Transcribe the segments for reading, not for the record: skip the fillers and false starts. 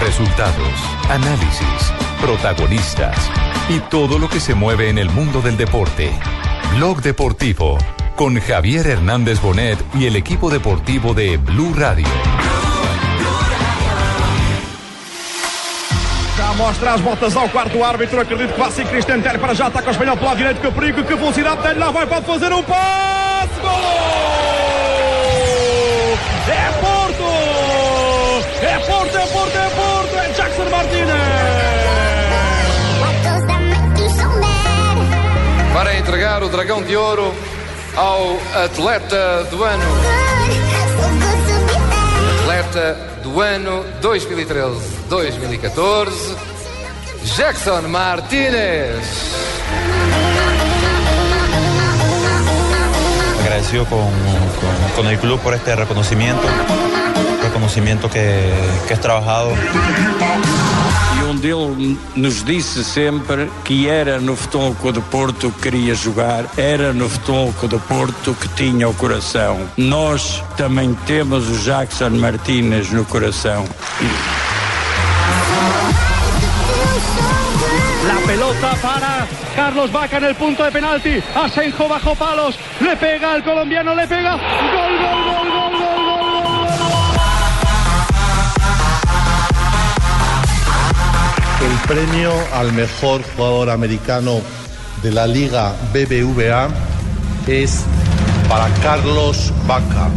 Resultados, análisis, protagonistas y todo lo que se mueve en el mundo del deporte. Blog Deportivo con Javier Hernández Bonet y el equipo deportivo de Blue Radio. Já mostra as botas ao quarto árbitro. Acredito que vai ser Cristian Telho para já. Ataca o espanhol pelo lado direito. Que perigo, que velocidade. Telho lá vai, pode fazer um passe. Gol! É Porto! É Porto, é Porto, é Porto! É Jackson Martínez! Para entregar o Dragão de Ouro ao atleta do ano. Atleta do ano 2013-2014, Jackson Martínez. Agradecido con el club por este reconocimiento que es trabajado. E dele nos disse sempre que era no Futebol Clube do Porto que queria jogar, era no Futebol Clube do Porto que tinha o coração. Nós também temos o Jackson Martínez no coração. La pelota para Carlos Vaca en el punto de penalti. Asenjo bajo palos. Le pega al colombiano, le pega. Gol, gol, gol, gol, gol, gol, gol. El premio al mejor jugador americano de la Liga BBVA es para Carlos Vaca.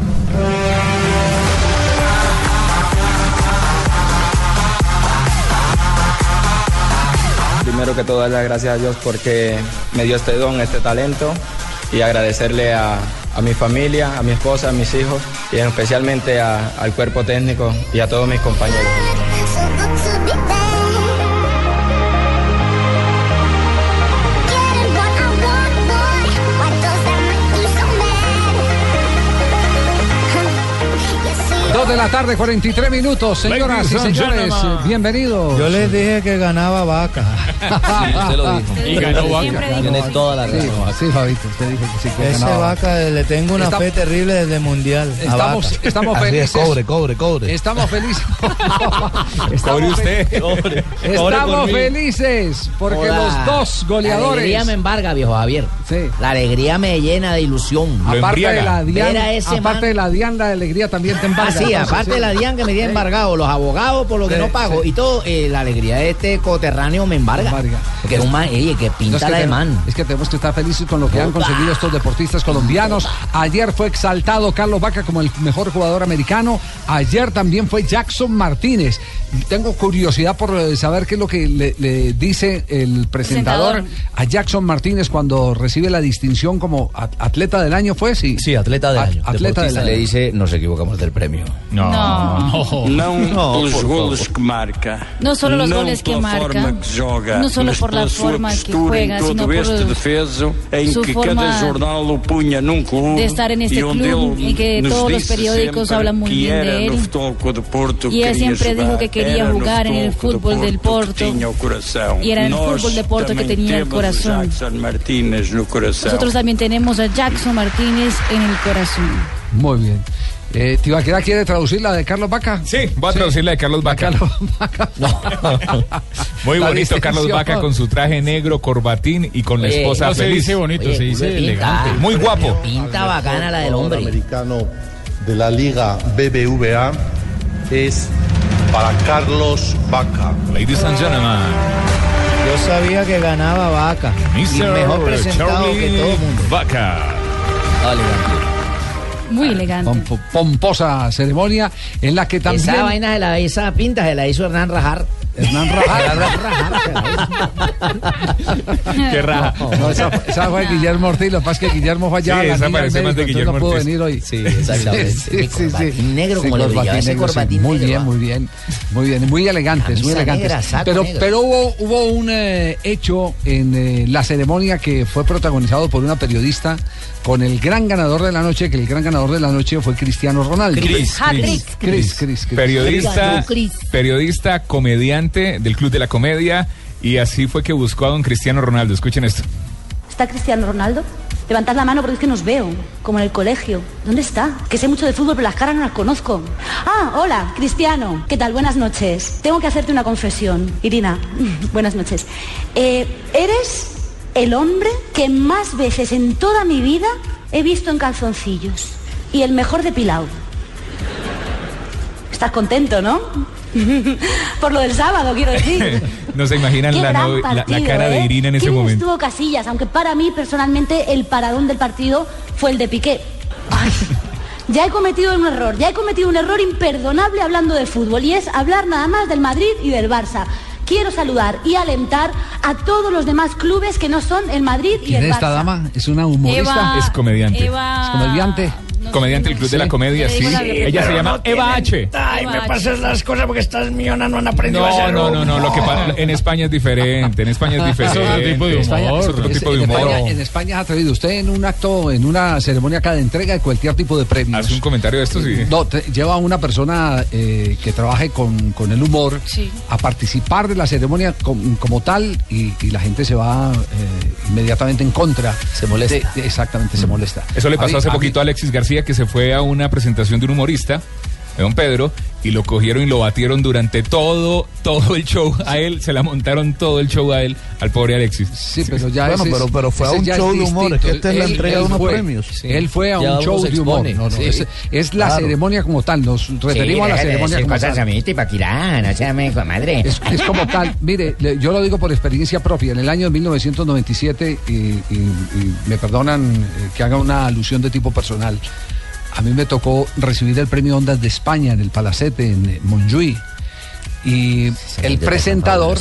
Primero que todo, darle las gracias a Dios porque me dio este don, este talento, y agradecerle a mi familia, a mi esposa, a mis hijos y especialmente al cuerpo técnico y a todos mis compañeros. De la tarde, 43 minutos, señoras y señores, bienvenidos. Yo les dije que ganaba Vaca. Sí, usted lo dijo. Y ganó Vaca. Tiene toda la razón. Sí, Fabito, usted dijo que sí que ese ganaba Vaca le tengo una fe terrible desde el Mundial. Estamos felices. Cobre. Estamos felices. Cobre. Estamos felices porque los dos goleadores. La alegría me embarga, viejo Javier. Sí. La alegría me llena de ilusión. Aparte de la DIAN, la alegría también te embarga. Sí, aparte de la DIAN que me tiene embargado, los abogados por lo que no pago y todo, la alegría de este coterráneo me embarga. Porque es un man, que pinta la de man. Es que tenemos que estar felices con lo que han conseguido estos deportistas colombianos. Ayer fue exaltado Carlos Vaca como el mejor jugador americano. Ayer también fue Jackson Martínez. Tengo curiosidad por saber qué es lo que le dice el presentador a Jackson Martínez cuando recibe la distinción como atleta del año, ¿fue? Sí, atleta del año. Atleta del año. Le dice, nos equivocamos del premio. Não pelos goles que marca. No solo los goles que marca, no solo por la forma que juega, sino por su forma de estar en este club y que todos los periódicos hablan muy bien de él. Y él siempre dijo que quería jugar en el fútbol del Porto y era en el fútbol del Porto que tenía el corazón. Nosotros también tenemos a Jackson Martínez en el corazón. Muy bien. ¿Tibaquera quiere traducir la de Carlos Vaca? Sí, voy a traducir la de Carlos Vaca. Muy bonito Carlos Vaca con su traje negro, corbatín y con la esposa no feliz. Se dice bonito, se dice elegante. Muy guapo. Pinta bacana la del hombre. El americano de la Liga BBVA es para Carlos Vaca. Ladies and gentlemen. Yo sabía que ganaba Vaca. Y mejor presentado Charlie que todo el mundo. Vaca. Muy elegante. Pomposa ceremonia en la que también... Esa vaina, esa pinta se la hizo Hernán Rajar. Qué raja. No, esa fue Guillermo Ortiz. Lo que pasa es que Guillermo fue allá. Sí, esa parece más de Guillermo no pudo Ortiz. venir hoy. Sí, exactamente. Sí. Negro como le brillaba ese corbatín muy negro. bien. Muy elegantes, muy elegantes. Pero hubo un hecho en la ceremonia que fue protagonizado por una periodista con el gran ganador de la noche, que el gran ganador de la noche fue Cristiano Ronaldo. Chris. Periodista, comediante del Club de la Comedia, y así fue que buscó a don Cristiano Ronaldo. Escuchen esto. ¿Está Cristiano Ronaldo? Levantad la mano porque es que nos veo, como en el colegio. ¿Dónde está? Que sé mucho de fútbol, pero las caras no las conozco. Ah, hola, Cristiano. ¿Qué tal? Buenas noches. Tengo que hacerte una confesión. Irina, buenas noches. Eres el hombre que más veces en toda mi vida he visto en calzoncillos. Y el mejor depilado. Estás contento, ¿no? Por lo del sábado, quiero decir. No se imaginan la cara de Irina en ese momento. Estuvo Casillas, aunque para mí, personalmente, el paradón del partido fue el de Piqué. Ay, ya he cometido un error imperdonable hablando de fútbol, y es hablar nada más del Madrid y del Barça. Quiero saludar y alentar a todos los demás clubes que no son el Madrid y el Barça. ¿Quién es esta dama? ¿Es una humorista? Es comediante. ¿Es comediante? Comediante del Club de la Comedia, sí. Ella se llama Eva H. Ay, me pasas las cosas porque estás miona, no han aprendido a hacer. No. Lo que en España es diferente. En España es diferente. Es otro tipo de humor. Es otro tipo de humor. En España es atrevido. Usted en un acto, en una ceremonia acá de entrega de cualquier tipo de premios. ¿Hace un comentario de esto? Sí. No, lleva a una persona que trabaje con el humor a participar de la ceremonia como tal, y la gente se va inmediatamente en contra. Se molesta. Exactamente, se molesta. Eso le pasó hace poquito a Alexis García, que se fue a una presentación de un humorista, de don Pedro, y lo cogieron y lo batieron durante todo el show a él, se la montaron todo el show a él, al pobre Alexis. Sí, pero ya pero fue a un show de humor, es que esta es la entrega de unos premios. Sí. Él fue a un show de humor. Es la ceremonia como tal, nos referimos a la ceremonia como tal. Es como tal. Mire, yo lo digo por experiencia propia. En el año 1997, y me perdonan que haga una alusión de tipo personal, a mí me tocó recibir el premio Ondas de España en el Palacete, en Montjuïc. Y el presentador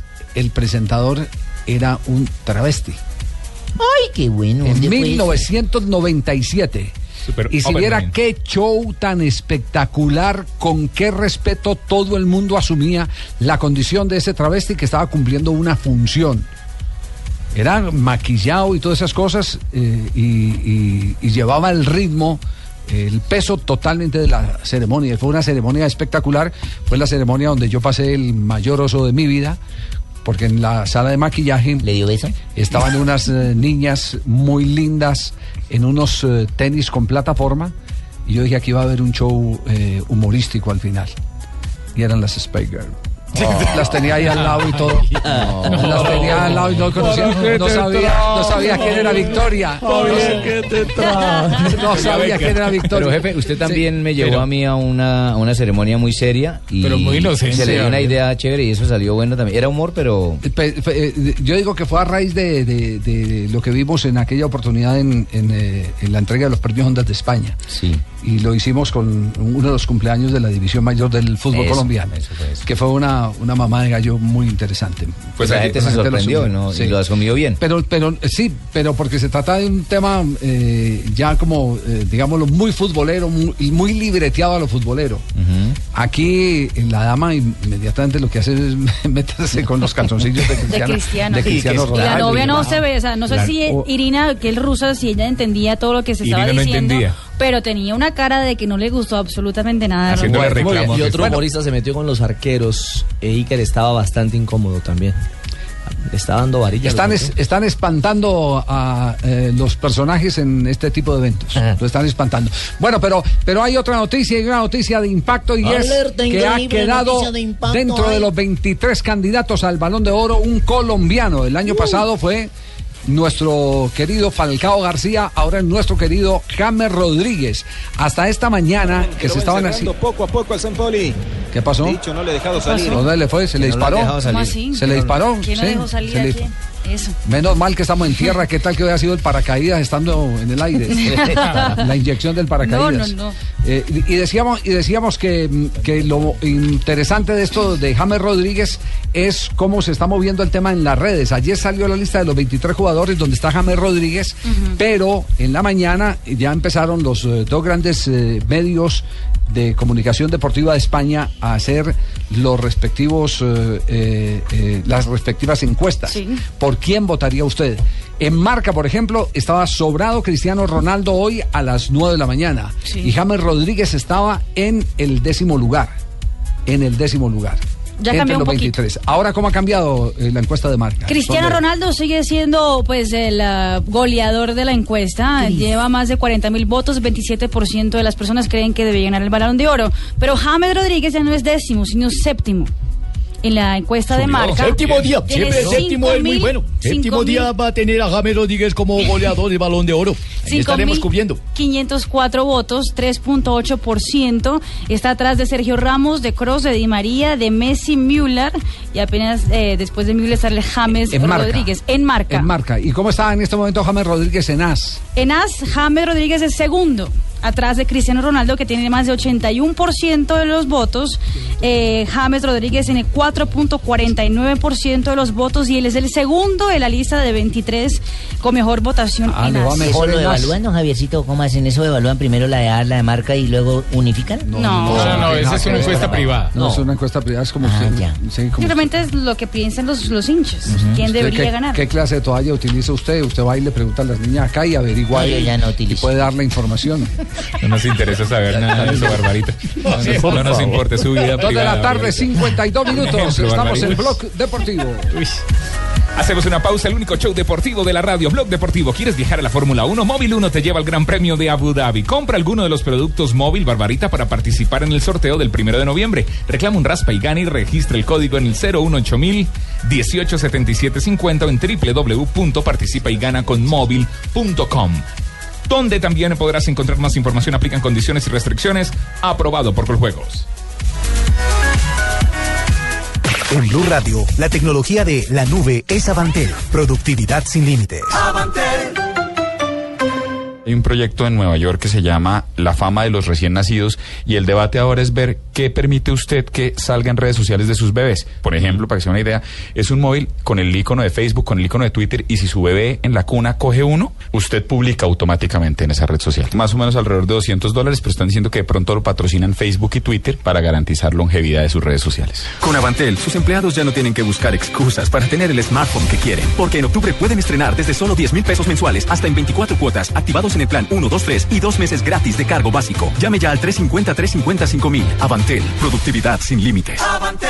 era un travesti. ¡Ay, qué bueno! En 1997. Y si viera qué show tan espectacular, con qué respeto todo el mundo asumía la condición de ese travesti que estaba cumpliendo una función. Era maquillado y todas esas cosas, y llevaba el ritmo, el peso totalmente de la ceremonia. Fue una ceremonia espectacular. Fue la ceremonia donde yo pasé el mayor oso de mi vida, porque en la sala de maquillaje ¿le dio beso? Estaban unas niñas muy lindas en unos tenis con plataforma, y yo dije, aquí va a haber un show humorístico al final, y eran las Spice Girls. Las tenía ahí al lado y todo. Las tenía al lado y no conocía, no sabía quién era Victoria. No sabía quién era Victoria. Pero jefe, usted también me llevó a mí a una ceremonia muy seria y pero muy inocente. Se le dio una idea chévere y eso salió bueno también. Era humor, pero yo digo que fue a raíz de lo que vimos en aquella oportunidad en la entrega de los premios Ondas de España. Sí. Y lo hicimos con uno de los cumpleaños de la división mayor del fútbol colombiano, que fue una mamá de gallo muy interesante. Pues la gente se sorprendió, ¿no? Sí. Y lo asumió bien. Pero porque se trata de un tema ya como, digámoslo, muy futbolero, muy libreteado a lo futbolero. Aquí la dama inmediatamente lo que hace es meterse con los calzoncillos de Cristiano. Y la novia no se ve, o sea, no sé si Irina, que es rusa, si ella entendía todo lo que se estaba diciendo. Pero tenía una cara de que no le gustó absolutamente nada. Y otro humorista se metió con los arqueros. Iker estaba bastante incómodo también. Le está dando varillas. Están espantando a los personajes en este tipo de eventos. Lo están espantando. Bueno, pero hay otra noticia, y una noticia de impacto, y Alerta, es que ha quedado dentro de los 23 candidatos al Balón de Oro un colombiano. El año pasado fue nuestro querido Falcao García, ahora es nuestro querido James Rodríguez. Hasta esta mañana que se estaban haciendo poco a poco al San Pauli. ¿Qué pasó? Dicho, no le he dejado salir. ¿Dónde le fue? ¿Se le disparó? ¿Se le disparó? ¿Quién lo dejó salir aquí? Eso. Menos mal que estamos en tierra. ¿Qué tal que hubiera sido el paracaídas estando en el aire? La inyección del paracaídas. No. Y decíamos que lo interesante de esto de James Rodríguez es cómo se está moviendo el tema en las redes. Ayer salió la lista de los 23 jugadores donde está James Rodríguez, pero en la mañana ya empezaron los dos grandes medios de comunicación deportiva de España a hacer los respectivos las respectivas encuestas. Sí. ¿Por quién votaría usted? En Marca, por ejemplo, estaba sobrado Cristiano Ronaldo hoy a las 9 de la mañana. Sí. Y James Rodríguez estaba en el 10º lugar. Ya cambió un poquito. 23. Ahora, ¿cómo ha cambiado la encuesta de Marca? Cristiano Ronaldo sigue siendo pues el goleador de la encuesta. Lleva más de 40.000 votos. 27% de las personas creen que debe ganar el Balón de Oro. Pero James Rodríguez ya no es décimo, sino séptimo en la encuesta de Marca. Séptimo día, siempre el séptimo es muy bueno. Séptimo día va a tener a James Rodríguez como goleador del Balón de Oro. Ahí estaremos cubriendo. 504 votos, 3.8%. Está atrás de Sergio Ramos, de Kroos, de Di María, de Messi, Müller. Y apenas después de Müller sale James Rodríguez. En Marca. En Marca. ¿Y cómo está en este momento James Rodríguez en AS? En AS, James Rodríguez es segundo, atrás de Cristiano Ronaldo, que tiene más de 81% de los votos. James Rodríguez tiene 4.49% de los votos y él es el segundo de la lista de 23 con mejor votación en AS. ¿Eso lo evalúan, don Javiercito? ¿Cómo hacen eso? ¿Evalúan primero la de AS, la de Marca y luego unifican? No, esa es una encuesta privada. No, es una encuesta privada, es como... Simplemente es lo que piensan los hinchas. ¿Quién debería ganar? ¿Qué clase de toalla utiliza usted? Usted va y le pregunta a las niñas acá y averigua y puede dar la información. No nos interesa saber nada de eso, Barbarita. No nos importa su vida privada. 2 de la tarde, 52 minutos. Estamos en Blog Deportivo. Hacemos una pausa, el único show deportivo de la radio, Blog Deportivo. ¿Quieres viajar a la Fórmula 1? Móvil 1 te lleva al Gran Premio de Abu Dhabi. Compra alguno de los productos Móvil, Barbarita, para participar en el sorteo del 1 de noviembre. Reclama un raspa y gana y registra el código en el 018000 187750 o en www.participayganaconmóvil.com, donde también podrás encontrar más información. Aplican condiciones y restricciones. Aprobado por Coljuegos. En Blue Radio, la tecnología de la nube es Avantel. Productividad sin límites. Avantel. Hay un proyecto en Nueva York que se llama La Fama de los Recién Nacidos y el debate ahora es ver qué permite usted que salga en redes sociales de sus bebés. Por ejemplo, para que se dé una idea, es un móvil con el icono de Facebook, con el icono de Twitter, y si su bebé en la cuna coge uno, usted publica automáticamente en esa red social. Más o menos alrededor de $200, pero están diciendo que de pronto lo patrocinan Facebook y Twitter para garantizar longevidad de sus redes sociales. Con Avantel, sus empleados ya no tienen que buscar excusas para tener el smartphone que quieren, porque en octubre pueden estrenar desde solo 10,000 pesos mensuales hasta en 24 cuotas, activados en el plan 1, 2, 3 y 2 meses gratis de cargo básico. Llame ya al 350-350-5000. Avantel, productividad sin límites. Avantel.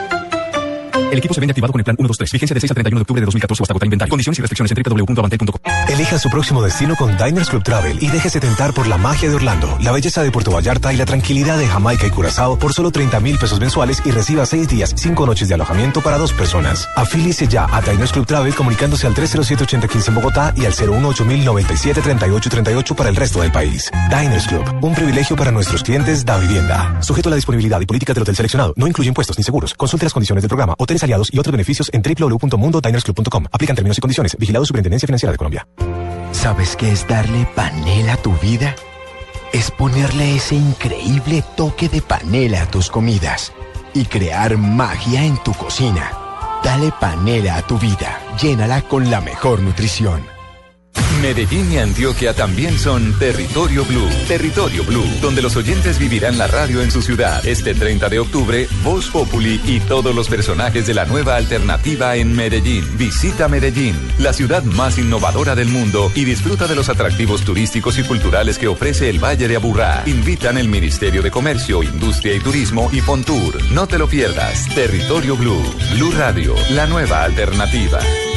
El equipo se vende activado con el plan 1, 2, 3. Vigencia de 6 al 31 de octubre de 2014 o hasta agotar inventario. Condiciones y restricciones en www.avantel.com. Elija su próximo destino con Diners Club Travel y déjese tentar por la magia de Orlando, la belleza de Puerto Vallarta y la tranquilidad de Jamaica y Curazao por solo 30,000 pesos mensuales y reciba 6 días, 5 noches de alojamiento para 2 personas. Afíliese ya a Diners Club Travel comunicándose al 307-8015 en Bogotá y al 018-097-3838 para el resto del país. Diners Club, un privilegio para nuestros clientes da vivienda. Sujeto a la disponibilidad y políticas del hotel seleccionado. No incluye impuestos ni seguros. Consulte las condiciones del programa, hoteles aliados y otros beneficios en www.mundodinersclub.com. Aplican términos y condiciones. Vigilado Superintendencia Financiera de Colombia. ¿Sabes qué es darle panela a tu vida? Es ponerle ese increíble toque de panela a tus comidas y crear magia en tu cocina. Dale panela a tu vida. Llénala con la mejor nutrición. Medellín y Antioquia también son Territorio Blue. Territorio Blue, donde los oyentes vivirán la radio en su ciudad. Este 30 de octubre, Voz Populi y todos los personajes de la nueva alternativa en Medellín. Visita Medellín, la ciudad más innovadora del mundo, y disfruta de los atractivos turísticos y culturales que ofrece el Valle de Aburrá. Invitan el Ministerio de Comercio, Industria y Turismo y Fontur. No te lo pierdas. Territorio Blue. Blue Radio, la nueva alternativa.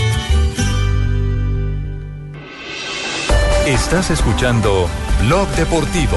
Estás escuchando Blog Deportivo.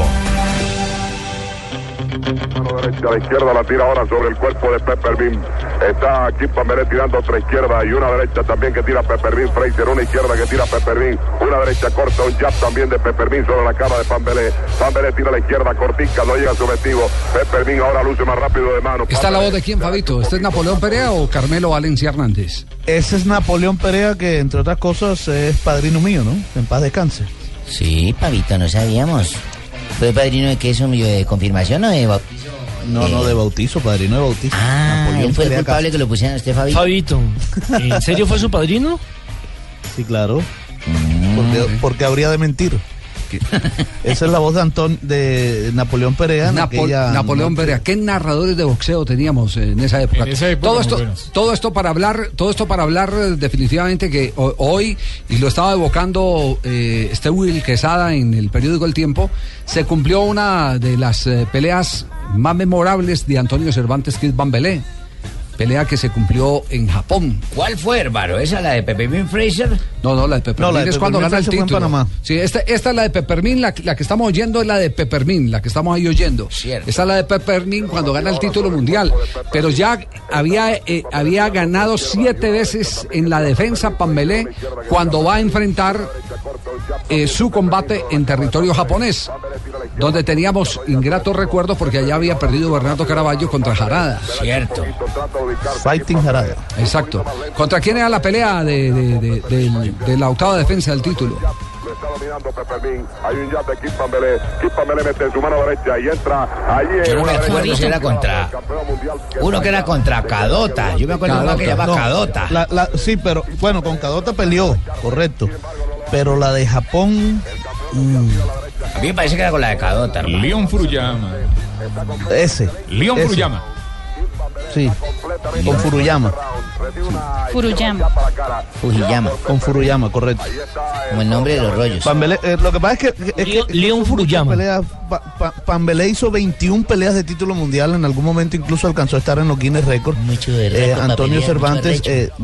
Mano derecha, la izquierda la tira ahora sobre el cuerpo de Peppermint. Está aquí Pambelé tirando otra izquierda y una derecha también que tira Peppermint. Fraser, una izquierda que tira Peppermint. Una derecha corta, un jab también de Peppermint sobre la cara de Pambelé. Pambelé tira a la izquierda cortica, no llega a su objetivo. Peppermint ahora luce más rápido de mano. ¿Está la voz de quién, Fabito? ¿Este es Napoleón Perea o Carmelo Valencia Hernández? Ese es Napoleón Perea, que entre otras cosas es padrino mío, ¿no? En paz descanse. Sí, Pavito, no sabíamos. ¿Fue padrino de qué? ¿Es un de confirmación o de bautizo? No, de bautizo, padrino de bautizo. Él fue el culpable que lo pusieron a usted, Fabito. Fabito, ¿en serio fue su padrino? Sí, claro. Porque habría de mentir. Esa es la voz de Napoleón Perea. Napoleón Perea. ¿Qué narradores de boxeo teníamos en esa época? Todo esto para hablar definitivamente que hoy, y lo estaba evocando Will Quesada en el periódico El Tiempo, se cumplió una de las peleas más memorables de Antonio Cervantes Kid Bambelé. pelea que se cumplió en Japón. ¿Cuál fue, hermano? ¿Esa la de Peppermint Fraser? No, la de Peppermint es cuando gana el título. Fue en Panamá. Sí, esta es la de Peppermint, la que estamos oyendo es la de Peppermint, la que estamos ahí oyendo. Cierto. Esta es la de Peppermint cuando gana el título mundial, pero ya había ganado 7 veces en la defensa Pambelé cuando va a enfrentar su combate en territorio japonés, donde teníamos ingratos recuerdos porque allá había perdido Bernardo Caraballo contra Harada. Cierto. Fighting Harada. Exacto. ¿Contra quién era la pelea de la octava defensa del título? Lo está dominando Peppermint. Hay un jab de Kip Pambelé. Kip Pambelé mete su mano derecha y entra allí. Yo no me acuerdo si era contra uno que era contra Cadota. Yo me acuerdo de uno que llamaba Cadota. Sí, pero bueno, con Cadota peleó, correcto. Pero la de Japón. A mí me parece que era con la de Cadota, hermano. Leon Furuyama. Leon Furuyama. Sí, con Furuyama. Con Furuyama, correcto. Como el nombre de los rollos. Pambelé, lo que pasa es que Leon Furuyama. Pambelé hizo 21 peleas de título mundial. En algún momento incluso alcanzó a estar en los Guinness Records. Antonio Cervantes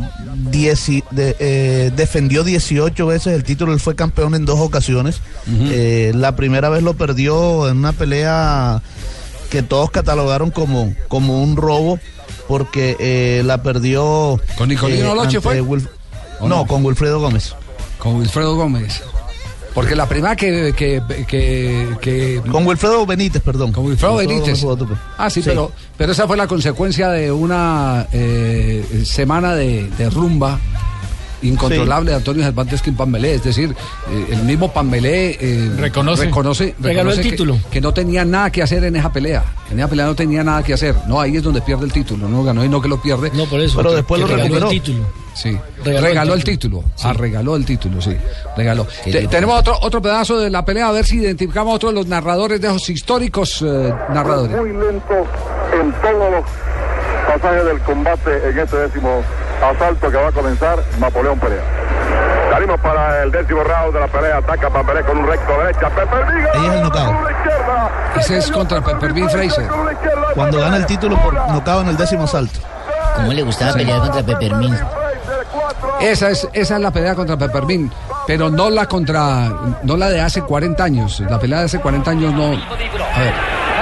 defendió 18 veces el título. Él fue campeón en 2 ocasiones. La primera vez lo perdió en una pelea que todos catalogaron como un robo, porque la perdió con Nicolino Loche, ¿fue? No, con Wilfredo Gómez. Con Wilfredo Gómez. Porque la primera que con Wilfredo Benítez, perdón. Con Wilfredo Benítez. Sí. Pero esa fue la consecuencia de una semana de rumba incontrolable de Antonio Cervantes Quim Pambelé. Es decir, el mismo Pambelé reconoce regaló el título, que no tenía nada que hacer en esa pelea. En esa pelea no tenía nada que hacer. No, ahí es donde pierde el título. No ganó y no que lo pierde. No, por eso. Pero después lo recuperó. El título. Sí, regaló el título. Sí. Regaló el título, sí. Regaló. Tenemos otro pedazo de la pelea, a ver si identificamos a otro de los narradores de esos históricos narradores. Muy lento en todos los pasajes del combate en este 10º asalto que va a comenzar Napoleón Perea. Salimos para el 10º round de la pelea. Ataca Pambelé con un recto derecha. Peppermint. Ahí es el knockout. Ese es contra Peppermint Fraser. Cuando gana el título por knockout en el 10º asalto. ¿Cómo le gustaba pelear contra Peppermint? Esa es la pelea contra Peppermint, pero no la de hace 40 años. La pelea de hace 40 años no. A ver.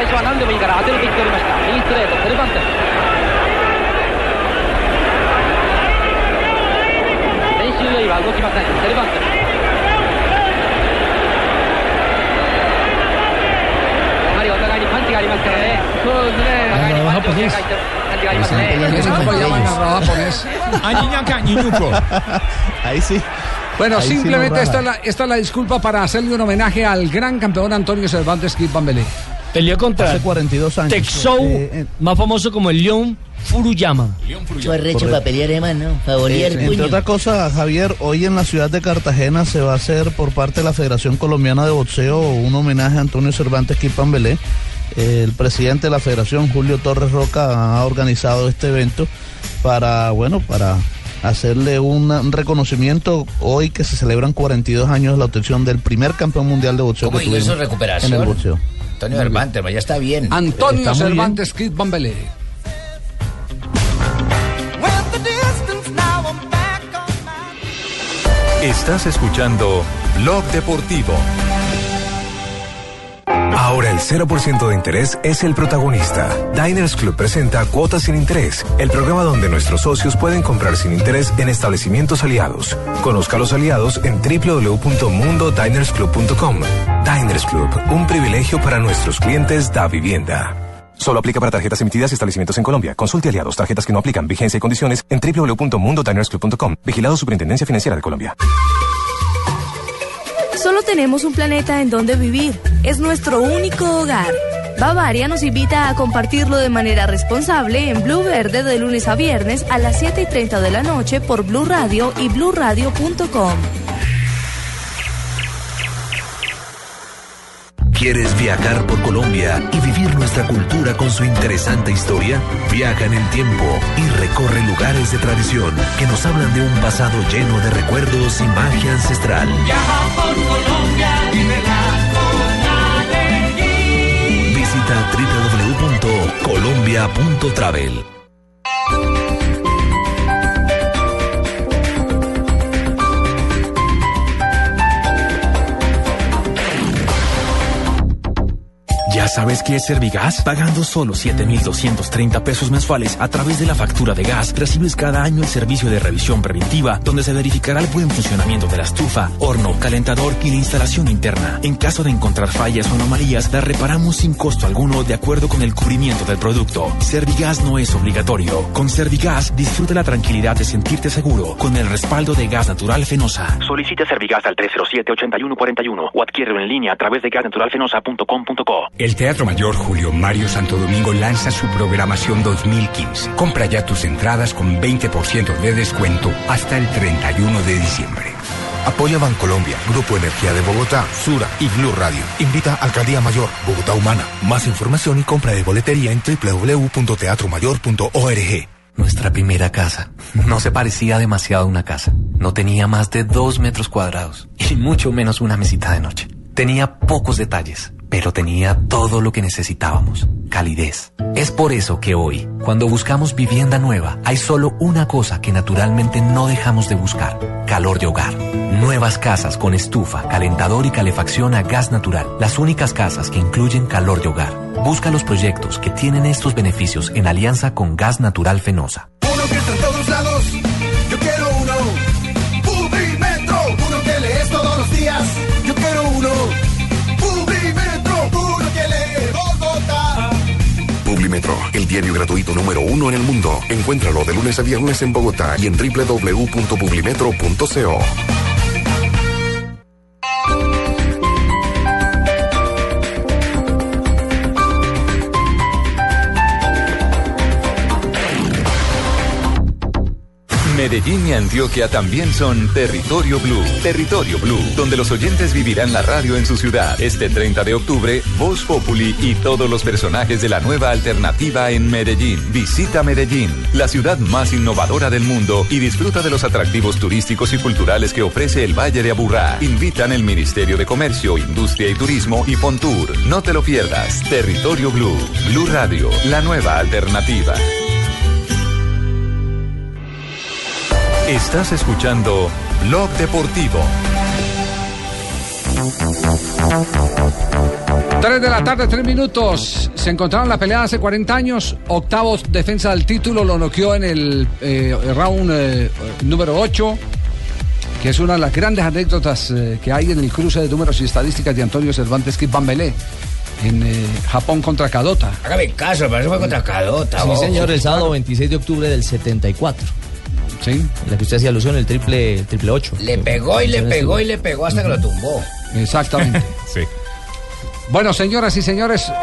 Ahí sí. Bueno, ahí simplemente sí esta es la disculpa para hacerle un homenaje al gran campeón Antonio Cervantes Quim Pambelé. Peleó contra hace 42 años. Texou, más famoso como el Leon Furuyama. Fue recho para pelear, hermano. Entre otras cosas, Javier, hoy en la ciudad de Cartagena se va a hacer por parte de la Federación Colombiana de Boxeo un homenaje a Antonio Cervantes Quim Pambelé. El presidente de la Federación, Julio Torres Roca, ha organizado este evento para hacerle un reconocimiento hoy que se celebran 42 años de la obtención del primer campeón mundial de boxeo. ¿Cómo hizo eso recuperación? En el boxeo. Antonio Cervantes, ya está bien. Antonio Cervantes Quim Pambelé. Estás escuchando Blog Deportivo. Ahora el 0% de interés es el protagonista. Diners Club presenta Cuotas sin Interés, el programa donde nuestros socios pueden comprar sin interés en establecimientos aliados. Conozca a los aliados en www.mundodinersclub.com. Diners Club, un privilegio para nuestros clientes da vivienda. Solo aplica para tarjetas emitidas y establecimientos en Colombia. Consulte aliados, tarjetas que no aplican, vigencia y condiciones en www.mundodinersclub.com. Vigilado Superintendencia Financiera de Colombia. Solo tenemos un planeta en donde vivir. Es nuestro único hogar. Bavaria nos invita a compartirlo de manera responsable en Blue Verde de lunes a viernes a las 7:30 de la noche por Blue Radio y bluradio.com. ¿Quieres viajar por Colombia y vivir nuestra cultura con su interesante historia? Viaja en el tiempo y recorre lugares de tradición que nos hablan de un pasado lleno de recuerdos y magia ancestral. Viaja por Colombia, vívela con alegría. Visita www.colombia.travel. sabes qué es Servigas? Pagando solo 7,230 pesos mensuales a través de la factura de gas, recibes cada año el servicio de revisión preventiva, donde se verificará el buen funcionamiento de la estufa, horno, calentador y la instalación interna. En caso de encontrar fallas o anomalías, las reparamos sin costo alguno de acuerdo con el cubrimiento del producto. Servigas no es obligatorio. Con Servigas, disfruta la tranquilidad de sentirte seguro con el respaldo de Gas Natural Fenosa. Solicita Servigas al 307-8141 o adquiérelo en línea a través de gasnaturalfenosa.com.co. El Teatro Mayor Julio Mario Santo Domingo lanza su programación 2015. Compra ya tus entradas con 20% de descuento hasta el 31 de diciembre. Apoya Bancolombia, Grupo Energía de Bogotá, Sura y Blue Radio. Invita a Alcaldía Mayor, Bogotá Humana. Más información y compra de boletería en www.teatromayor.org. Nuestra primera casa. No se parecía demasiado a una casa. No tenía más de 2 metros cuadrados y mucho menos una mesita de noche. Tenía pocos detalles, pero tenía todo lo que necesitábamos. Calidez. Es por eso que hoy, cuando buscamos vivienda nueva, hay solo una cosa que naturalmente no dejamos de buscar: calor de hogar. Nuevas casas con estufa, calentador y calefacción a gas natural. Las únicas casas que incluyen calor de hogar. Busca los proyectos que tienen estos beneficios en alianza con Gas Natural Fenosa. Uno que está en todos lados, yo quiero uno. Publimetro, uno que lees todos los días, yo quiero uno. Publimetro, uno que lee Bogotá. Publimetro, el diario gratuito número 1 en el mundo. Encuéntralo de lunes a viernes en Bogotá y en www.publimetro.co. Medellín y Antioquia también son Territorio Blue. Territorio Blue, donde los oyentes vivirán la radio en su ciudad. Este 30 de octubre, Voz Populi y todos los personajes de la nueva alternativa en Medellín. Visita Medellín, la ciudad más innovadora del mundo, y disfruta de los atractivos turísticos y culturales que ofrece el Valle de Aburrá. Invitan el Ministerio de Comercio, Industria y Turismo y Fontur. No te lo pierdas. Territorio Blue. Blue Radio, la nueva alternativa. Estás escuchando Blog Deportivo. 3 de la tarde, 3 minutos. Se encontraron en la pelea hace 40 años. Octavos defensa del título, lo noqueó en el round número 8, que es una de las grandes anécdotas que hay en el cruce de números y estadísticas de Antonio Cervantes Kipambelé en Japón contra Kadota. Hágame caso, pero eso fue contra Kadota. Sí, señor, el sábado 26 de octubre del 74. Sí. La que usted hacía alusión, el triple 8. Le pegó y le pegó y le pegó hasta que lo tumbó. Exactamente. Sí. Bueno, señoras y señores. ¡Gol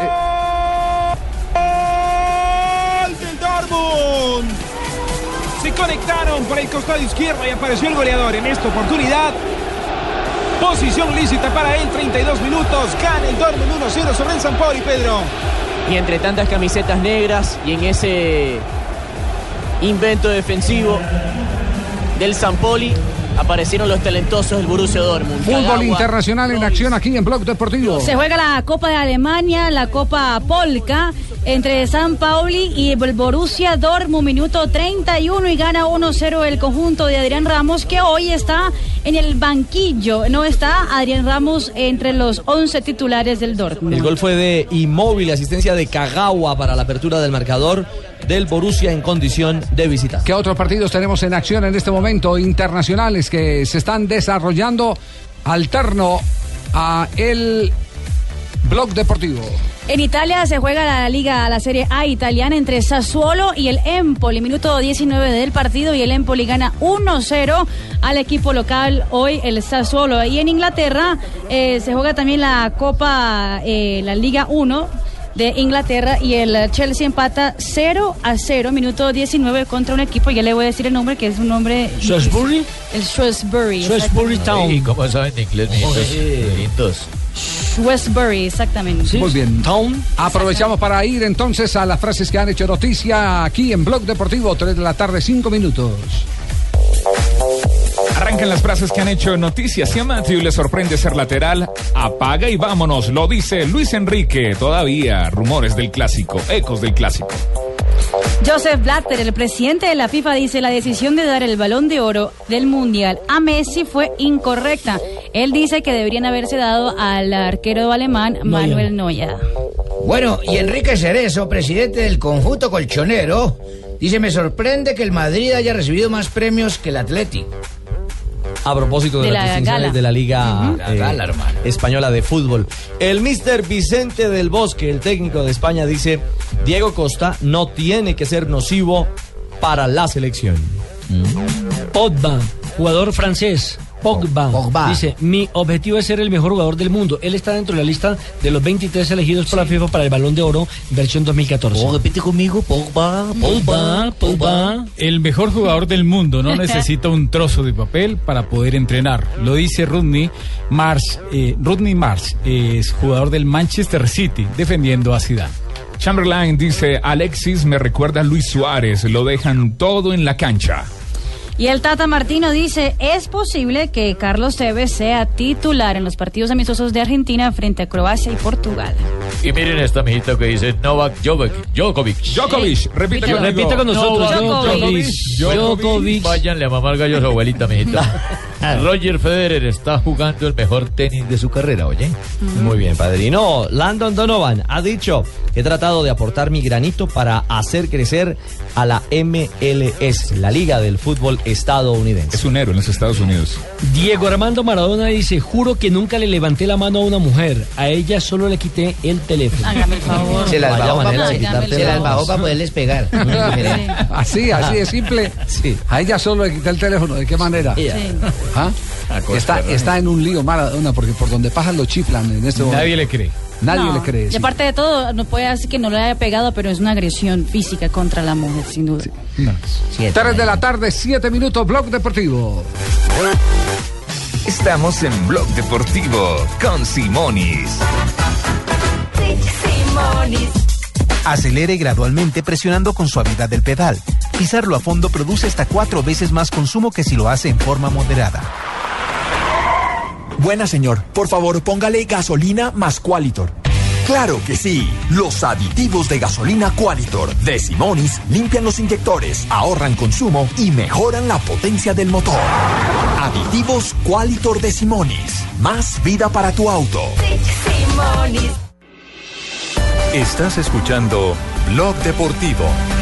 del Dortmund! Se conectaron por el costado izquierdo y apareció el goleador en esta oportunidad. Posición lícita para él, 32 minutos. Gana el Dortmund 1-0 sobre el Sampdoria, Pedro. Y entre tantas camisetas negras y en ese invento defensivo del Sampoli, aparecieron los talentosos del Borussia Dortmund. Fútbol internacional en acción aquí en Blog Deportivo. Se juega la Copa de Alemania, la Copa Polka, entre San Pauli y el Borussia Dortmund, minuto 31, y gana 1-0 el conjunto de Adrián Ramos, que hoy está en el banquillo. No está Adrián Ramos entre los 11 titulares del Dortmund. El gol fue de Immobile, asistencia de Kagawa para la apertura del marcador del Borussia en condición de visita. ¿Qué otros partidos tenemos en acción en este momento internacionales que se están desarrollando alterno a el Blog Deportivo? En Italia se juega la Serie A italiana entre Sassuolo y el Empoli. Minuto 19 del partido y el Empoli gana 1-0 al equipo local hoy, el Sassuolo. Y en Inglaterra se juega también la Copa, la Liga 1 de Inglaterra, y el Chelsea empata 0-0, minuto 19, contra un equipo, ya le voy a decir el nombre, que es un nombre... ¿Shrewsbury? El Shrewsbury. Shrewsbury Town. ¿Y cómo saben de inglés, niñitos? Shrewsbury, exactamente. ¿Sí? Muy bien. Town. Aprovechamos para ir entonces a las frases que han hecho noticia aquí en Blog Deportivo, 3 de la tarde, 5 minutos. Arrancan las frases que han hecho noticias. Si a Matthew le sorprende ser lateral, apaga y vámonos. Lo dice Luis Enrique. Todavía rumores del clásico, ecos del clásico. Joseph Blatter, el presidente de la FIFA, dice: la decisión de dar el Balón de Oro del Mundial a Messi fue incorrecta. Él dice que deberían haberse dado al arquero alemán Manuel Neuer. Bueno, y Enrique Cerezo, presidente del conjunto colchonero, dice: me sorprende que el Madrid haya recibido más premios que el Atleti. A propósito de las distinciones gala de la Liga Española de Fútbol. El mister Vicente del Bosque, el técnico de España, dice: Diego Costa no tiene que ser nocivo para la selección. Pogba, jugador francés. Pogba dice: mi objetivo es ser el mejor jugador del mundo. Él está dentro de la lista de los 23 elegidos por la FIFA para el Balón de Oro versión 2014. Repite conmigo: Pogba. El mejor jugador del mundo no necesita un trozo de papel para poder entrenar. Lo dice Rodney Marsh. Rodney Marsh es jugador del Manchester City, defendiendo a Zidane. Chamberlain dice: Alexis me recuerda a Luis Suárez, lo dejan todo en la cancha. Y el Tata Martino dice: es posible que Carlos Tevez sea titular en los partidos amistosos de Argentina frente a Croacia y Portugal. Y miren esta mijita que dice Novak Djokovic. Repita con nosotros. Djokovic. Váyanle a mamar gallo a su abuelita, mijita. Roger Federer está jugando el mejor tenis de su carrera, oye. Muy bien, padrino. Landon Donovan ha dicho: he tratado de aportar mi granito para hacer crecer a la MLS, la Liga del Fútbol estadounidense. Es un héroe en los Estados Unidos. Diego Armando Maradona dice: juro que nunca le levanté la mano a una mujer, a ella solo le quité el teléfono. Hágame el favor. Se las bajó para poderles pegar. Así de simple. Sí. A ella solo le quité el teléfono. ¿De qué manera? Sí. ¿Ah? Está en un lío Maradona, porque por donde pasan lo chiflan en este momento. Nadie le cree. Nadie le cree. Y aparte de todo, no puede decir que no le haya pegado, pero es una agresión física contra la mujer, sin duda. Sí. No. 3 de la tarde, 7 minutos, Blog Deportivo. Estamos en Blog Deportivo con Simonis. Acelere gradualmente presionando con suavidad el pedal. Pisarlo a fondo produce hasta 4 veces más consumo que si lo hace en forma moderada. Buena, señor. Por favor, póngale gasolina más Qualitor. ¡Claro que sí! Los aditivos de gasolina Qualitor de Simonis limpian los inyectores, ahorran consumo y mejoran la potencia del motor. Aditivos Qualitor de Simonis. Más vida para tu auto. Estás escuchando Blog Deportivo.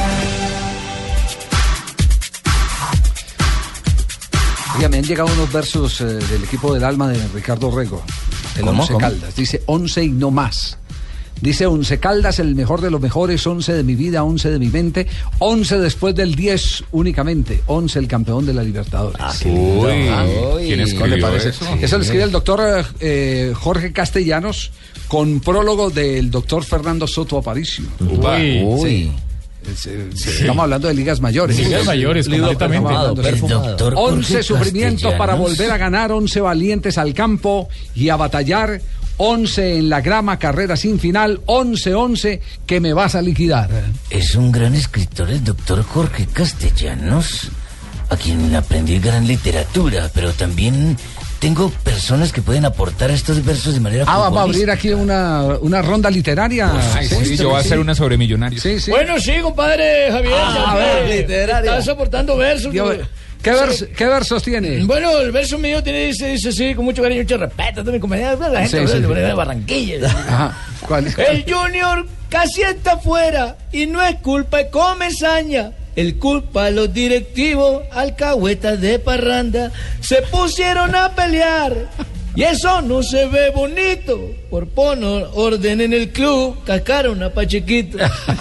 Oiga, me han llegado unos versos del equipo del alma de Ricardo Rego, el Once Caldas. Dice: 11 y no más. Dice: Once Caldas, el mejor de los mejores, 11 de mi vida, 11 de mi mente, 11 después del 10 únicamente, 11 el campeón de la Libertadores. ¿Quién escribió eso? Eso lo escribe el doctor Jorge Castellanos, con prólogo del doctor Fernando Soto Aparicio. Sí. Estamos hablando de ligas mayores. Ligas mayores, completamente. 11 sufrimientos para volver a ganar, 11 valientes al campo y a batallar, 11 en la grama, carrera sin final, 11 que me vas a liquidar. Es un gran escritor el doctor Jorge Castellanos, a quien aprendí gran literatura, pero también tengo personas que pueden aportar estos versos de manera vamos a abrir aquí una ronda literaria. Sí, yo voy a hacer una sobre Millonarios. Sí. Bueno, sí, compadre Javier. A ver, literaria. Estás aportando versos. ¿Qué versos tiene? Bueno, el verso mío dice así, con mucho cariño, mucho respeto a mi compañera, la gente de Barranquilla. Ajá. ¿Cuál es? El Junior casi está fuera y no es culpa de Comesaña. El culpa a los directivos, alcahuetas de parranda, se pusieron a pelear y eso no se ve bonito. Por poner orden en el club, cascaron a Pachequito.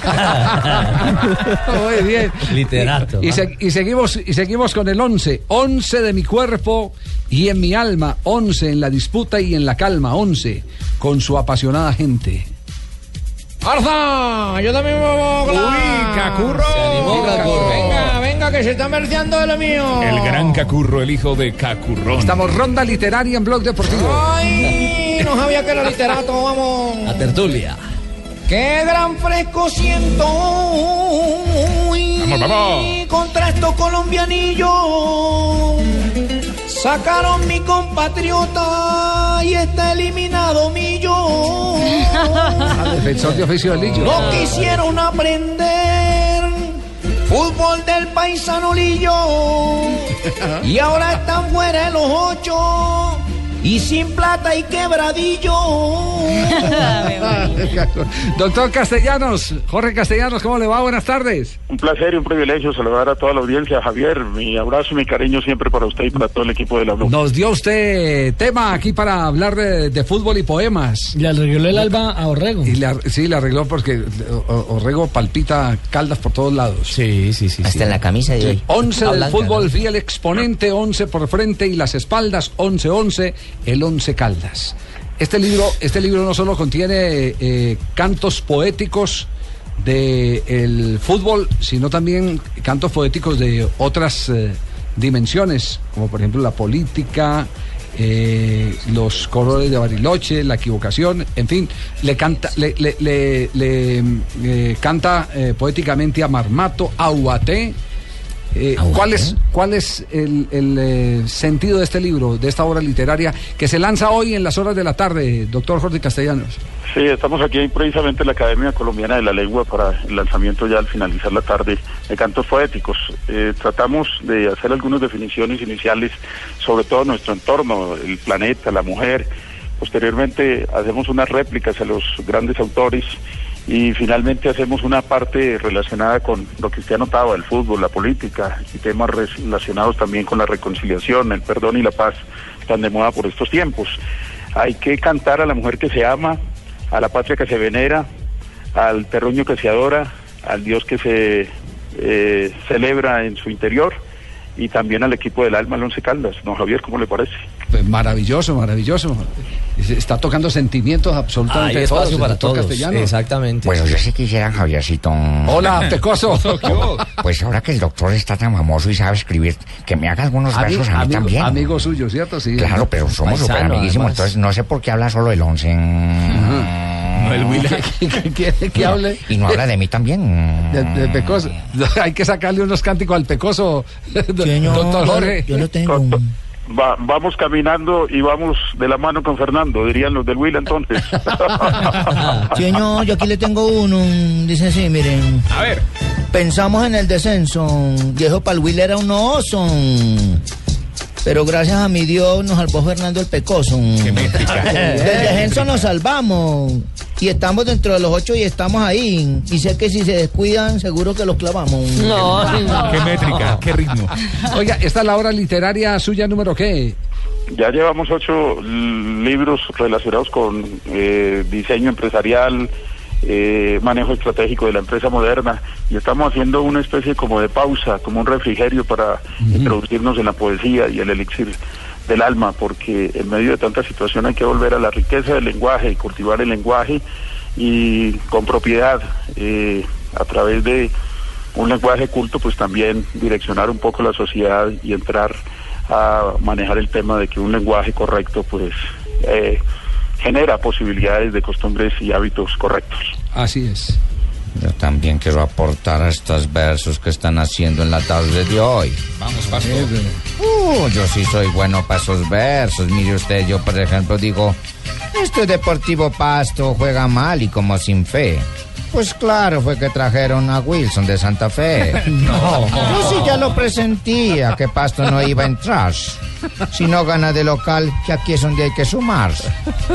Muy bien. Literato. Y seguimos con el 11. 11 de mi cuerpo y en mi alma. 11 en la disputa y en la calma. 11 con su apasionada gente. ¡Arza! Yo también me voy. ¡Uy, Cacurro! Se animó Cacurro. Venga, que se está merceando de lo mío. El gran Cacurro, el hijo de Cacurrón. Estamos ronda literaria en Blog Deportivo. ¡Ay! No sabía que era literato, vamos. La tertulia. ¡Qué gran fresco siento! ¡Vamos! Contra estos colombianillos. Sacaron mi compatriota y está eliminado Millo. Al defensor de oficio del Lillo. No quisieron aprender fútbol del paisano Lillo y ahora están fuera de los 8 y sin plata y quebradillo. Doctor Castellanos, Jorge Castellanos, ¿cómo le va? Buenas tardes. Un placer y un privilegio saludar a toda la audiencia. Javier, mi abrazo y mi cariño siempre para usted y para todo el equipo de la Blue. Nos dio usted tema aquí para hablar de fútbol y poemas. Le arregló el alba a Orrego. Sí, le arregló porque Orrego palpita Caldas por todos lados. Sí. Hasta en la camisa de hoy. 11 del fútbol, fiel exponente, 11 por frente y las espaldas, 11-11, el 11 Caldas. Este libro no solo contiene cantos poéticos del fútbol, sino también cantos poéticos de otras dimensiones, como por ejemplo la política, los colores de Bariloche, la equivocación, en fin, le canta poéticamente a Marmato, a Ubaté. ¿Cuál es el sentido de este libro, de esta obra literaria que se lanza hoy en las horas de la tarde, doctor Jorge Castellanos? Sí, estamos aquí precisamente en la Academia Colombiana de la Lengua para el lanzamiento ya al finalizar la tarde de cantos poéticos. Tratamos de hacer algunas definiciones iniciales sobre todo nuestro entorno, el planeta, la mujer. Posteriormente hacemos unas réplicas a los grandes autores y finalmente hacemos una parte relacionada con lo que usted ha notado, el fútbol, la política y temas relacionados también con la reconciliación, el perdón y la paz, tan de moda por estos tiempos. Hay que cantar a la mujer que se ama, a la patria que se venera, al terruño que se adora, al Dios que se celebra en su interior y también al equipo del alma, el Once Caldas. ¿No, Javier, cómo le parece? Pues maravilloso. Está tocando sentimientos absolutamente hay espacio todos, para todos. Castellano. Exactamente. Bueno, yo sí quisiera, Javiercito. Hola, Pecoso. Pues ahora que el doctor está tan famoso y sabe escribir, que me haga algunos versos a mí también. Amigo suyo, ¿cierto? Sí. Claro, pero somos súper amiguísimos, entonces no sé por qué habla solo del 11. No, el Willy. ¿Quiere que hable? Y no habla de mí también. De Pecoso. Hay que sacarle unos cánticos al Pecoso, doctor Jorge. Yo lo tengo. Vamos caminando y vamos de la mano con Fernando, dirían los del Will entonces. Señor, yo aquí le tengo uno, dice así, miren. A ver. Pensamos en el descenso, viejo para el Will era un oso, pero gracias a mi Dios nos salvó Fernando el Pecoso. Qué métrica. Del descenso nos salvamos y estamos dentro de los 8 y estamos ahí. Y sé que si se descuidan, seguro que los clavamos. No. Qué métrica, qué ritmo. Oiga, ¿esta es la obra literaria suya número qué? Ya llevamos 8 libros relacionados con diseño empresarial, manejo estratégico de la empresa moderna, y estamos haciendo una especie como de pausa, como un refrigerio para introducirnos en la poesía y el elixir del alma, porque en medio de tanta situación hay que volver a la riqueza del lenguaje y cultivar el lenguaje y con propiedad, a través de un lenguaje culto, pues también direccionar un poco la sociedad y entrar a manejar el tema de que un lenguaje correcto pues genera posibilidades de costumbres y hábitos correctos. Así es. Yo también quiero aportar a estos versos que están haciendo en la tarde de hoy. Vamos, Pasto. Yo sí soy bueno para esos versos. Mire usted, yo por ejemplo digo, este Deportivo Pasto juega mal y como sin fe. Pues claro, fue que trajeron a Wilson de Santa Fe. No. Yo sí ya lo presentía, que Pasto no iba a entrar. Si no gana de local, que aquí es donde hay que sumarse.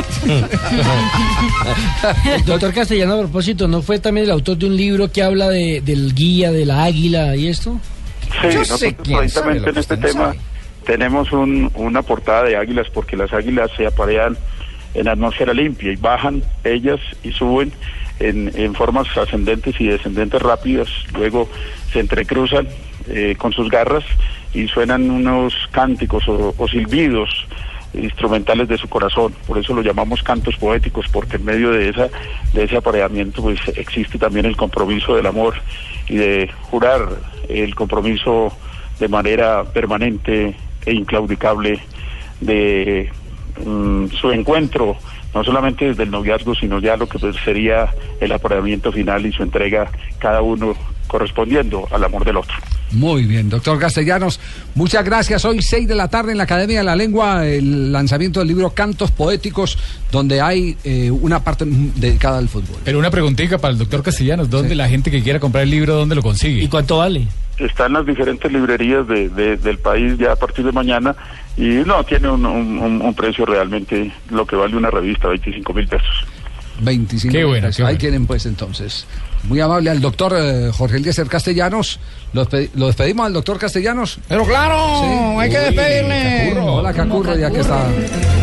Doctor Castellano, a propósito, ¿no fue también el autor de un libro que habla del guía, de la águila y esto? Sí, nosotros precisamente en este tema tenemos una portada de águilas, porque las águilas se aparean en atmósfera limpia y bajan ellas y suben en formas ascendentes y descendentes rápidas, luego se entrecruzan con sus garras y suenan unos cánticos o silbidos instrumentales de su corazón. Por eso lo llamamos cantos poéticos, porque en medio de ese apareamiento pues existe también el compromiso del amor y de jurar el compromiso de manera permanente e inclaudicable de su encuentro, no solamente desde el noviazgo, sino ya lo que pues sería el apareamiento final y su entrega, cada uno correspondiendo al amor del otro. Muy bien, doctor Castellanos, muchas gracias. Hoy 6 de la tarde en la Academia de la Lengua, el lanzamiento del libro Cantos Poéticos, donde hay una parte dedicada al fútbol. Pero una preguntita para el doctor Castellanos, ¿dónde la gente que quiera comprar el libro, dónde lo consigue? ¿Y cuánto vale? está en las diferentes librerías del país ya a partir de mañana, y no, tiene un precio realmente lo que vale una revista, 25.000 pesos. 25 qué bueno, Ahí tienen pues entonces. Muy amable al doctor Jorge Eliezer Castellanos. ¿Lo despedimos al doctor Castellanos? Pero claro, sí. Hay que despedirle. Cacurro. Hola, Cacurro, ya que está.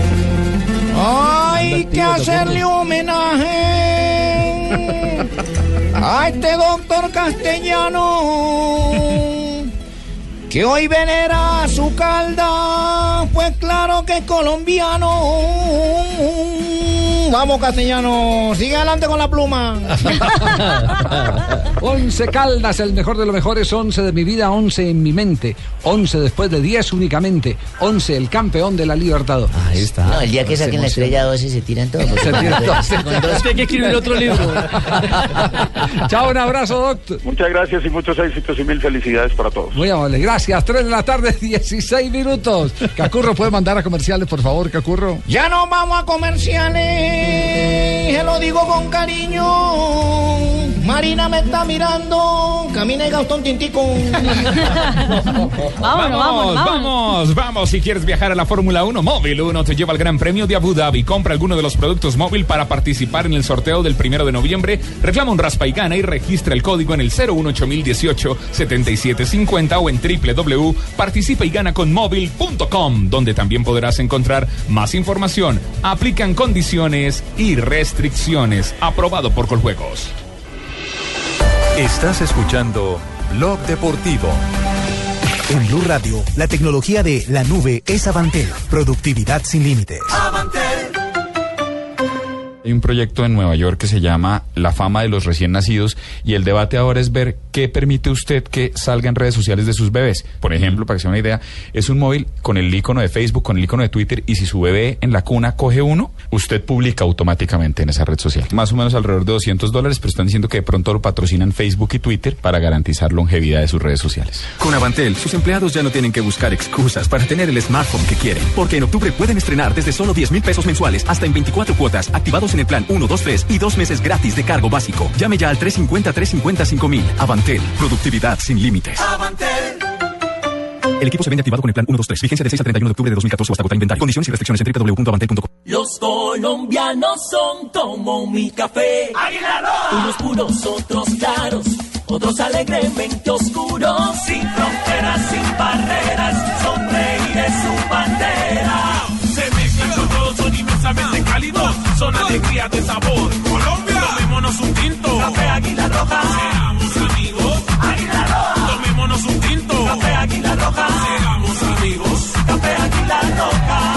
Hay que hacerle homenaje a este doctor Castellano, que hoy venera su calda, pues claro que es colombiano. Vamos, Castellano, sigue adelante con la pluma. 11 Caldas, el mejor de los mejores. 11 de mi vida, 11 en mi mente. 11 después de 10 únicamente. 11, el campeón de la Libertadores. Ahí está. No, el día que saquen la estrella 12 se tiran todos. Se tiran todos. Hay que escribir otro libro. Chao, un abrazo, doctor. Muchas gracias y muchos éxitos y mil felicidades para todos. Muy amable, gracias. 3 de la tarde, 16 minutos. Cacurro, ¿puede mandar a comerciales, por favor, Cacurro? Ya nos vamos a comerciales. Se lo digo con cariño. Marina me está mirando. Camina y Gastón Tintico. Vamos. Si quieres viajar a la Fórmula 1, Móvil 1 te lleva al Gran Premio de Abu Dhabi. Compra alguno de los productos Móvil para participar en el sorteo del 1 de noviembre. Reclama un raspa y gana y registra el código en el 018-018-7750 o en www.participayGanaConMóvil.com, donde también podrás encontrar más información. Aplican condiciones y restricciones. Aprobado por Coljuegos. Estás escuchando Blog Deportivo. En Blue Radio, la tecnología de la nube es Avantel. Productividad sin límites. Avantel. Hay un proyecto en Nueva York que se llama La Fama de los Recién Nacidos, y el debate ahora es ver qué permite usted que salga en redes sociales de sus bebés. Por ejemplo, para que se dé una idea, es un móvil con el icono de Facebook, con el icono de Twitter, y si su bebé en la cuna coge uno, usted publica automáticamente en esa red social. Más o menos alrededor de $200, pero están diciendo que de pronto lo patrocinan Facebook y Twitter para garantizar longevidad de sus redes sociales. Con Avantel, sus empleados ya no tienen que buscar excusas para tener el smartphone que quieren, porque en octubre pueden estrenar desde solo 10,000 pesos mensuales hasta en 24 cuotas, activados en el plan 1, 2, 3 y 2 meses gratis de cargo básico. Llame ya al 350-350-5000. Avantel, productividad sin límites. Avantel. El equipo se vende activado con el plan 1, 2, 3. Vigencia del 6 al 31 de octubre de 2014 o hasta agotar inventario. Condiciones y restricciones en www.avantel.com. Los colombianos son como mi café. Unos puros, otros claros, otros alegremente oscuros. Sin fronteras, sin barreras, sonreír es su bandera. Se mezclan con todos, son inmensamente cálidos, son alegría de sabor. Colombia, tomémonos un tinto. Café Águila Roja. Seamos amigos. Águila Roja. Tomémonos un tinto. Café Águila Roja. Seamos amigos. Café Águila Roja.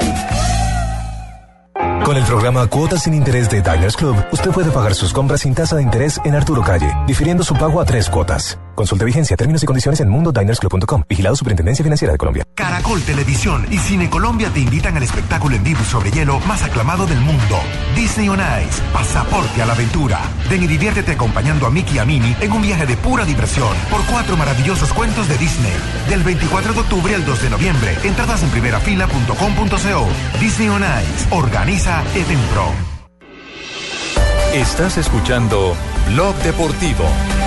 Con el programa Cuotas sin Interés de Diners Club, usted puede pagar sus compras sin tasa de interés en Arturo Calle, difiriendo su pago a 3 cuotas. Consulte vigencia, términos y condiciones en mundodinersclub.com. Vigilado Superintendencia Financiera de Colombia. Caracol Televisión y Cine Colombia te invitan al espectáculo en vivo sobre hielo más aclamado del mundo. Disney on Ice, pasaporte a la aventura. Ven y diviértete acompañando a Mickey y a Minnie en un viaje de pura diversión por 4 maravillosos cuentos de Disney. Del 24 de octubre al 2 de noviembre. Entradas en primerafila.com.co. Disney on Ice. Organiza Edenpro. Estás escuchando Blog Deportivo.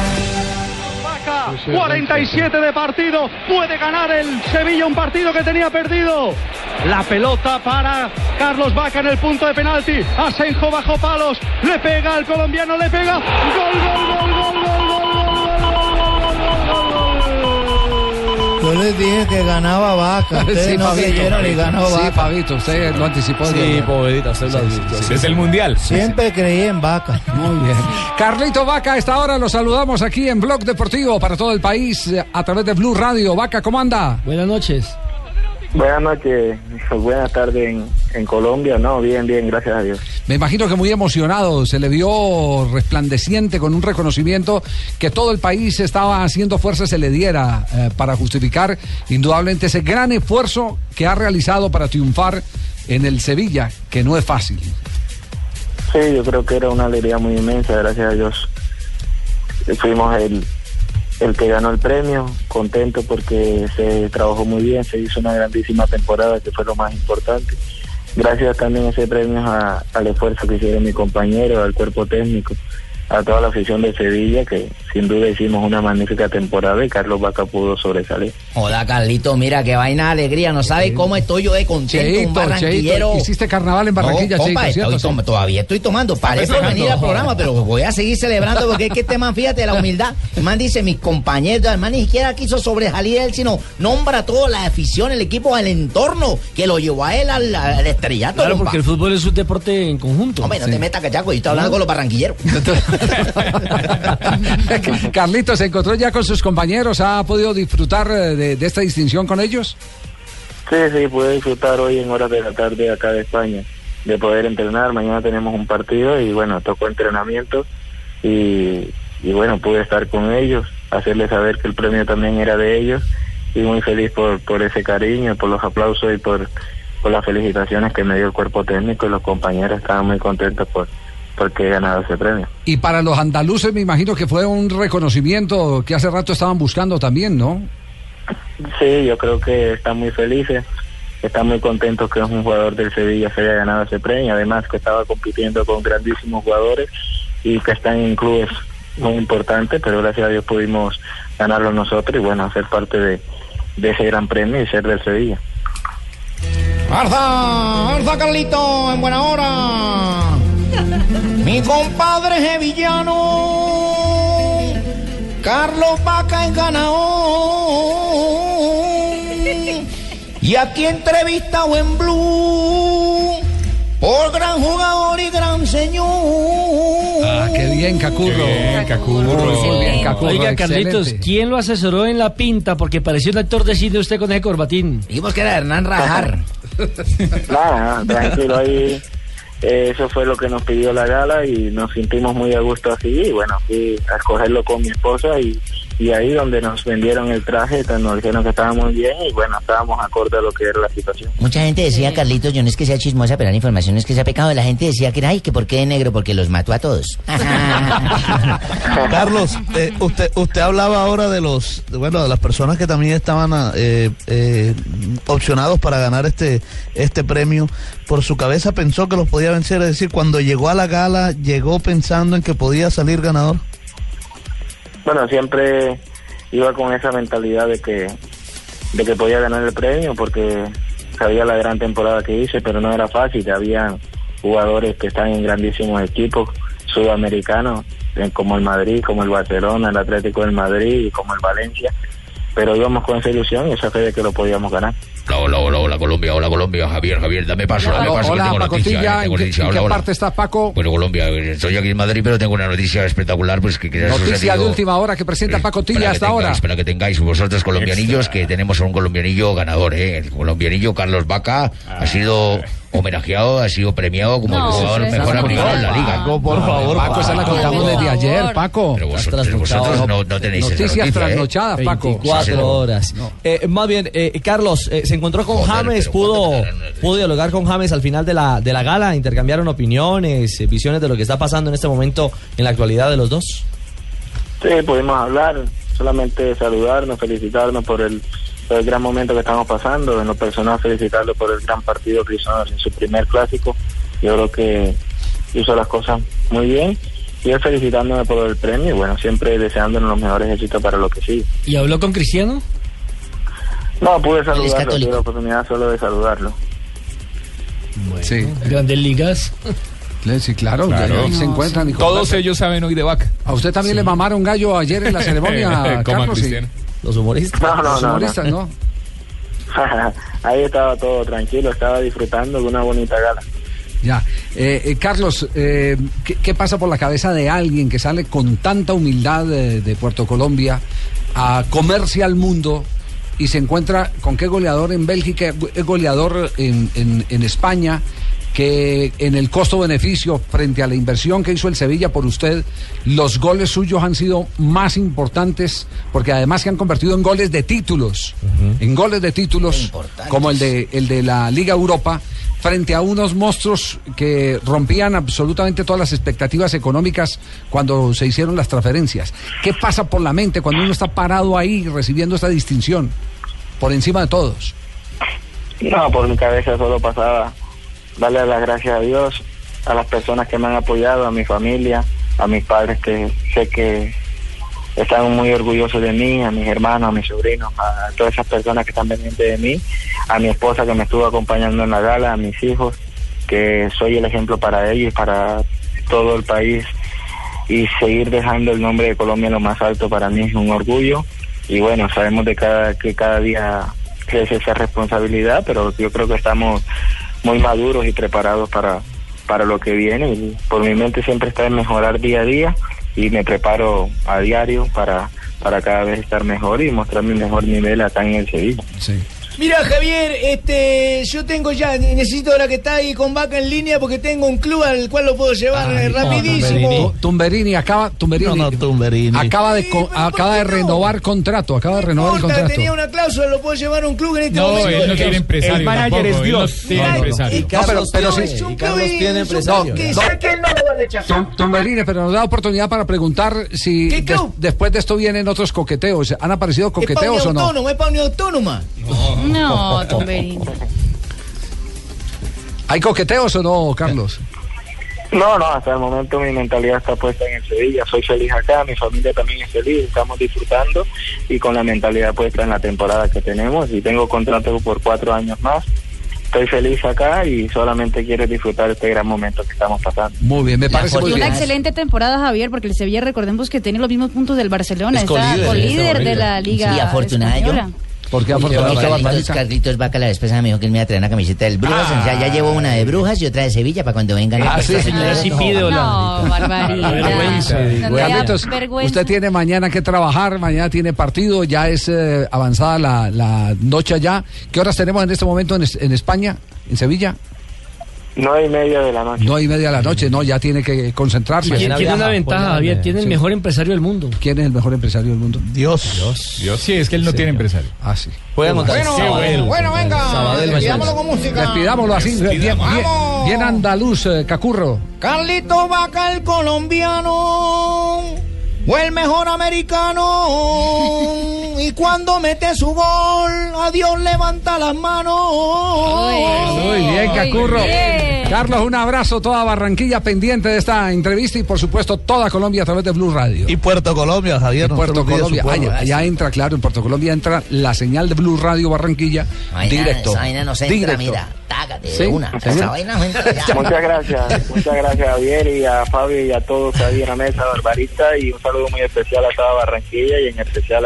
47 de partido, puede ganar el Sevilla un partido que tenía perdido. La pelota para Carlos Vaca en el punto de penalti. Asenjo bajo palos, le pega al colombiano, le pega. Gol, gol, gol, gol, gol, gol, gol, gol, gol. Yo les dije que ganaba Vaca. Ustedes sí, no Fabito, creyeron y ganó Vaca. Sí, Fabito, usted lo anticipó. Sí, Povedita, usted lo advirtió. Es el Mundial. Siempre creí en Vaca. Muy bien. Carlito Vaca, a esta hora lo saludamos aquí en Blog Deportivo para todo el país a través de Blue Radio. Vaca, ¿cómo anda? Buenas noches. Buenas noches, buenas tardes en Colombia. No, bien, gracias a Dios. Me imagino que muy emocionado, se le vio resplandeciente con un reconocimiento que todo el país estaba haciendo fuerza se le diera para justificar indudablemente ese gran esfuerzo que ha realizado para triunfar en el Sevilla, que no es fácil. Sí, yo creo que era una alegría muy inmensa, gracias a Dios. Fuimos el que ganó el premio, contento porque se trabajó muy bien, se hizo una grandísima temporada, que fue lo más importante. Gracias también a ese premio al esfuerzo que hicieron mi compañero, al cuerpo técnico, a toda la afición de Sevilla, que sin duda hicimos una magnífica temporada y Carlos Vaca pudo sobresalir. Hola, Carlito, mira qué vaina de alegría, no sabe cómo estoy yo de contento, un barranquillero. Cheito, hiciste carnaval en Barranquilla, no, compa, Cheito, todavía estoy tomando, parece venir al programa, pero voy a seguir celebrando porque es que este man, fíjate, la humildad, el man dice, mis compañeros, el man ni siquiera quiso sobresalir él, sino nombra a toda la afición, el equipo, el entorno, que lo llevó a él al estrellato. Claro, porque el fútbol es un deporte en conjunto. Hombre, no te metas, cachaco, yo estoy hablando con los barranquilleros. Carlitos, ¿se encontró ya con sus compañeros? ¿Ha podido disfrutar de esta distinción con ellos? Sí, pude disfrutar hoy en horas de la tarde acá de España, de poder entrenar. Mañana tenemos un partido y bueno, tocó entrenamiento y bueno, pude estar con ellos, hacerles saber que el premio también era de ellos y muy feliz por ese cariño, por los aplausos y por las felicitaciones que me dio el cuerpo técnico y los compañeros. Estaban muy contentos porque he ganado ese premio. Y para los andaluces me imagino que fue un reconocimiento que hace rato estaban buscando también, ¿no? Sí, yo creo que están muy felices, están muy contentos que un jugador del Sevilla se haya ganado ese premio, además que estaba compitiendo con grandísimos jugadores y que están en clubes muy importantes, pero gracias a Dios pudimos ganarlo nosotros y bueno, ser parte de ese gran premio y ser del Sevilla. ¡Arza, Carlito, en buena hora! Mi compadre sevillano, Carlos Vaca es ganador. Y aquí entrevistado en Blue por gran jugador y gran señor. Ah, qué bien, Cacurro. Muy bien, Cacurro. Oiga, Carlitos, excelente. ¿Quién lo asesoró en la pinta? Porque parecía un actor de cine usted con ese corbatín. Dijimos que era Hernán Rajar. Nada, tranquilo ahí. Eso fue lo que nos pidió la gala y nos sentimos muy a gusto así. Y bueno, fui a escogerlo con mi esposa y ahí donde nos vendieron el traje, nos dijeron que estábamos bien y bueno, estábamos acorde a lo que era la situación. Mucha gente decía, Carlitos, yo no es que sea chismosa, pero la información es que sea pecado. La gente decía que era, que ¿por qué de negro? Porque los mató a todos. Carlos, usted hablaba ahora de de las personas que también estaban opcionados para ganar este premio. Por su cabeza pensó que los podía vencer, es decir, cuando llegó a la gala, llegó pensando en que podía salir ganador. Bueno, siempre iba con esa mentalidad de que podía ganar el premio porque sabía la gran temporada que hice, pero no era fácil. Había jugadores que están en grandísimos equipos sudamericanos, como el Madrid, como el Barcelona, el Atlético del Madrid y como el Valencia, pero íbamos con esa ilusión y esa fe de que lo podíamos ganar. Hola Colombia, Javier, dame paso, hola, que tengo Pacotilla, noticia. ¿En qué parte estás, Paco? Bueno, Colombia, estoy aquí en Madrid, pero tengo una noticia espectacular, pues que noticia de última hora que presenta Pacotilla hasta ahora. Para que tengáis vosotros colombianillos, que tenemos un colombianillo ganador, el colombianillo Carlos Vaca ha sido homenajeado, ha sido premiado como el jugador mejor aplicado en la liga. Paco, por favor, Paco, esa la contamos desde ayer, Paco. Pero vosotros no tenéis noticias trasnochadas, Paco. 24 horas. Más bien, Carlos, se encontró con James, pudo dialogar con James al final de la gala, intercambiaron opiniones, visiones de lo que está pasando en este momento en la actualidad de los dos. Sí, pudimos hablar, solamente saludarnos, felicitarnos por el gran momento que estamos pasando, en lo personal felicitarlo por el gran partido que hizo en su primer clásico. Yo creo que hizo las cosas muy bien y él felicitándome por el premio y bueno, siempre deseándonos los mejores éxitos para lo que sigue. ¿Y habló con Cristiano? No, pude saludarlo, tuve la oportunidad solo de saludarlo. Bueno, sí. Grandes ligas. Sí, claro. Se encuentran. Todos ellos saben hoy de Vaca. ¿A usted también le mamaron gallo ayer en la ceremonia, Carlos? Sí. Los humoristas. Los humoristas, ¿no? Ahí estaba todo tranquilo, estaba disfrutando de una bonita gala. Ya. Carlos, ¿qué pasa por la cabeza de alguien que sale con tanta humildad de Puerto Colombia a comerse al mundo y se encuentra con qué goleador en Bélgica, goleador en España, que en el costo-beneficio frente a la inversión que hizo el Sevilla por usted, los goles suyos han sido más importantes porque además se han convertido en goles de títulos, en goles de títulos como el de la Liga Europa, frente a unos monstruos que rompían absolutamente todas las expectativas económicas cuando se hicieron las transferencias. ¿Qué pasa por la mente cuando uno está parado ahí recibiendo esta distinción por encima de todos? No, por mi cabeza solo pasaba darle las gracias a Dios, a las personas que me han apoyado, a mi familia, a mis padres, que sé que están muy orgullosos de mí, a mis hermanos, a mis sobrinos, a todas esas personas que están pendientes de mí, a mi esposa que me estuvo acompañando en la gala, a mis hijos, que soy el ejemplo para ellos y para todo el país, y seguir dejando el nombre de Colombia en lo más alto para mí es un orgullo. Y bueno, sabemos que cada día crece esa responsabilidad, pero yo creo que estamos muy maduros y preparados para lo que viene, y por mi mente siempre está en mejorar día a día, y me preparo a diario para cada vez estar mejor y mostrar mi mejor nivel acá en el Sevilla. Sí. Mira, Javier, yo tengo necesito ahora que está ahí con Vaca en línea, porque tengo un club al cual lo puedo llevar rapidísimo. Tumberini acaba de renovar contrato, el contrato. Tenía una cláusula, lo puedo llevar a un club en este momento. No, él no tiene empresario. El manager es Dios. Carlos tiene empresario. Tumberini, pero nos da oportunidad para preguntar si después de esto vienen otros coqueteos. ¿Han aparecido coqueteos o no? Es para una autónoma. No, Tumberini. ¿Hay coqueteos o no, Carlos? No, hasta el momento mi mentalidad está puesta en el Sevilla. Soy feliz acá, mi familia también es feliz, estamos disfrutando y con la mentalidad puesta en la temporada que tenemos, y tengo contrato por 4 años más. Estoy feliz acá y solamente quiero disfrutar este gran momento que estamos pasando. Muy bien, me parece muy bien. Una excelente temporada, Javier, porque el Sevilla, recordemos que tiene los mismos puntos del Barcelona, es está líder de la Liga. Y afortunada española. ¿Por qué Carlitos Vaca la vez pasada me dijo que él me iba a traer una camiseta del Brujas? Ya llevo una de Brujas y otra de Sevilla para cuando vengan. Sí pide No, barbaridad. Carlitos, usted tiene mañana que trabajar, mañana tiene partido, ya es avanzada la noche allá. ¿Qué horas tenemos en este momento en España, en Sevilla? 9:30 de la noche. 9:30 de la noche, no, ya tiene que concentrarse. Tiene una ventaja, Javier, tiene el mejor empresario del mundo. ¿Quién es el mejor empresario del mundo? Dios. Sí, es que él no tiene empresario. Ah, sí. Juegan contra Bueno, venga, despidámoslo con música. Despidámoslo así, bien andaluz, Cacurro. Carlitos Vaca, el colombiano, fue el mejor americano, y cuando mete su gol, a Dios levanta las manos. Muy bien, Cacurro. Carlos, un abrazo, toda Barranquilla pendiente de esta entrevista, y por supuesto toda Colombia a través de Blue Radio. Y Puerto Colombia, Javier. Puerto Colombia, allá entra, claro, en Puerto Colombia entra la señal de Blue Radio Barranquilla directo. Esa vaina no se entra, mira, tágate de una. Esa vaina no entra ya. Muchas gracias Javier, y a Fabio y a todos ahí en la mesa, Barbarita, y un saludo muy especial a toda Barranquilla y en especial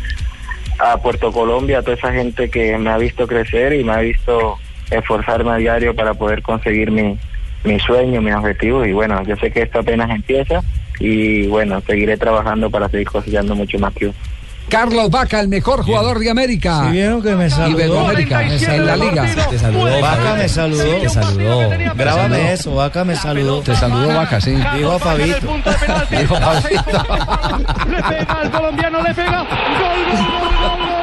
a Puerto Colombia, a toda esa gente que me ha visto crecer y me ha visto esforzarme a diario para poder conseguir mi sueño, mis objetivos. Y bueno, yo sé que esto apenas empieza, y bueno, seguiré trabajando para seguir cosechando mucho más que Carlos Vaca, el mejor jugador de América. ¿Sí vieron que me saludó? Iberoamérica, en la liga. Te saludó, Vaca me saludó. Te saludó. Grábame eso, Vaca me saludó. Te saludó, Vaca, sí. Dijo a Fabito. Dijo Fabito. Le pega al colombiano, le pega. Gol.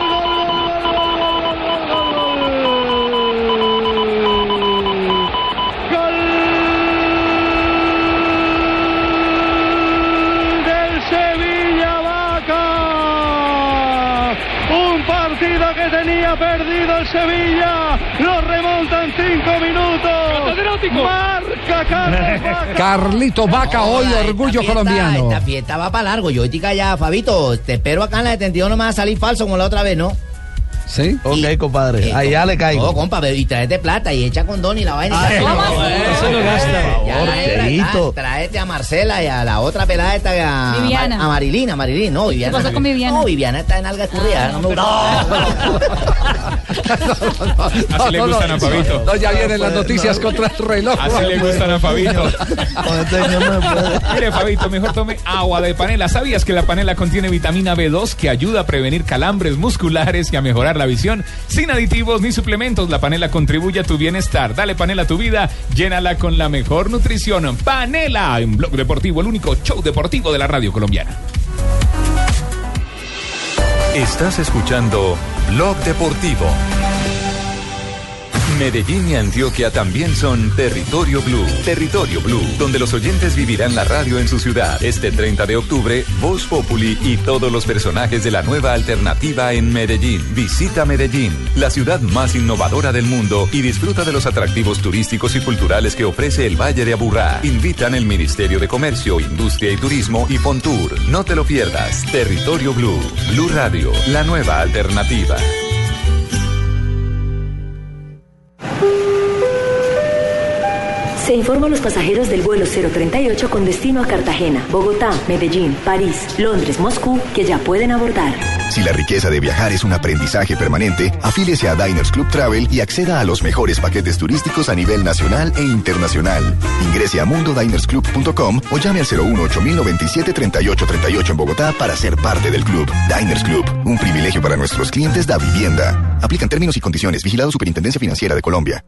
Que tenía perdido el Sevilla, lo remonta en 5 minutos. Marca Carlos Vaca. Carlito Vaca, hoy orgullo colombiano. Esta fiesta va para largo. Yo estoy callado, Fabito. Te espero acá en la 72, no me va a salir falso como la otra vez, ¿no? ¿Sí? Ok, compadre. Allá le caigo. No, compa, y tráete plata y echa condón y la vaina. Eso lo gasta. Tráete a Marcela y a la otra pelada esta, a Viviana. A Marilyn. No, Viviana. ¿Qué pasa con Viviana? No, Viviana está en alga escurrida. No me gusta. Así le gustan a Fabito. No, ya vienen las noticias contra el reloj. Así le gustan a Fabito. Mire, Fabito, mejor tome agua de panela. ¿Sabías que la panela contiene vitamina B2 que ayuda a prevenir calambres musculares y a mejorar la visión? Sin aditivos ni suplementos, la panela contribuye a tu bienestar. Dale panela a tu vida, llénala con la mejor nutrición. Panela en Blog Deportivo, el único show deportivo de la radio colombiana. Estás escuchando Blog Deportivo. Medellín y Antioquia también son Territorio Blue. Territorio Blue, donde los oyentes vivirán la radio en su ciudad. Este 30 de octubre, Voz Populi y todos los personajes de la nueva alternativa en Medellín. Visita Medellín, la ciudad más innovadora del mundo, y disfruta de los atractivos turísticos y culturales que ofrece el Valle de Aburrá. Invitan el Ministerio de Comercio, Industria y Turismo y Fontur. No te lo pierdas. Territorio Blue. Blue Radio, la nueva alternativa. Se informa a los pasajeros del vuelo 038 con destino a Cartagena, Bogotá, Medellín, París, Londres, Moscú, que ya pueden abordar. Si la riqueza de viajar es un aprendizaje permanente, afíliese a Diners Club Travel y acceda a los mejores paquetes turísticos a nivel nacional e internacional. Ingrese a mundodinersclub.com o llame al 018-097-3838 en Bogotá para ser parte del club. Diners Club, un privilegio para nuestros clientes da vivienda. Aplican términos y condiciones. Vigilado Superintendencia Financiera de Colombia.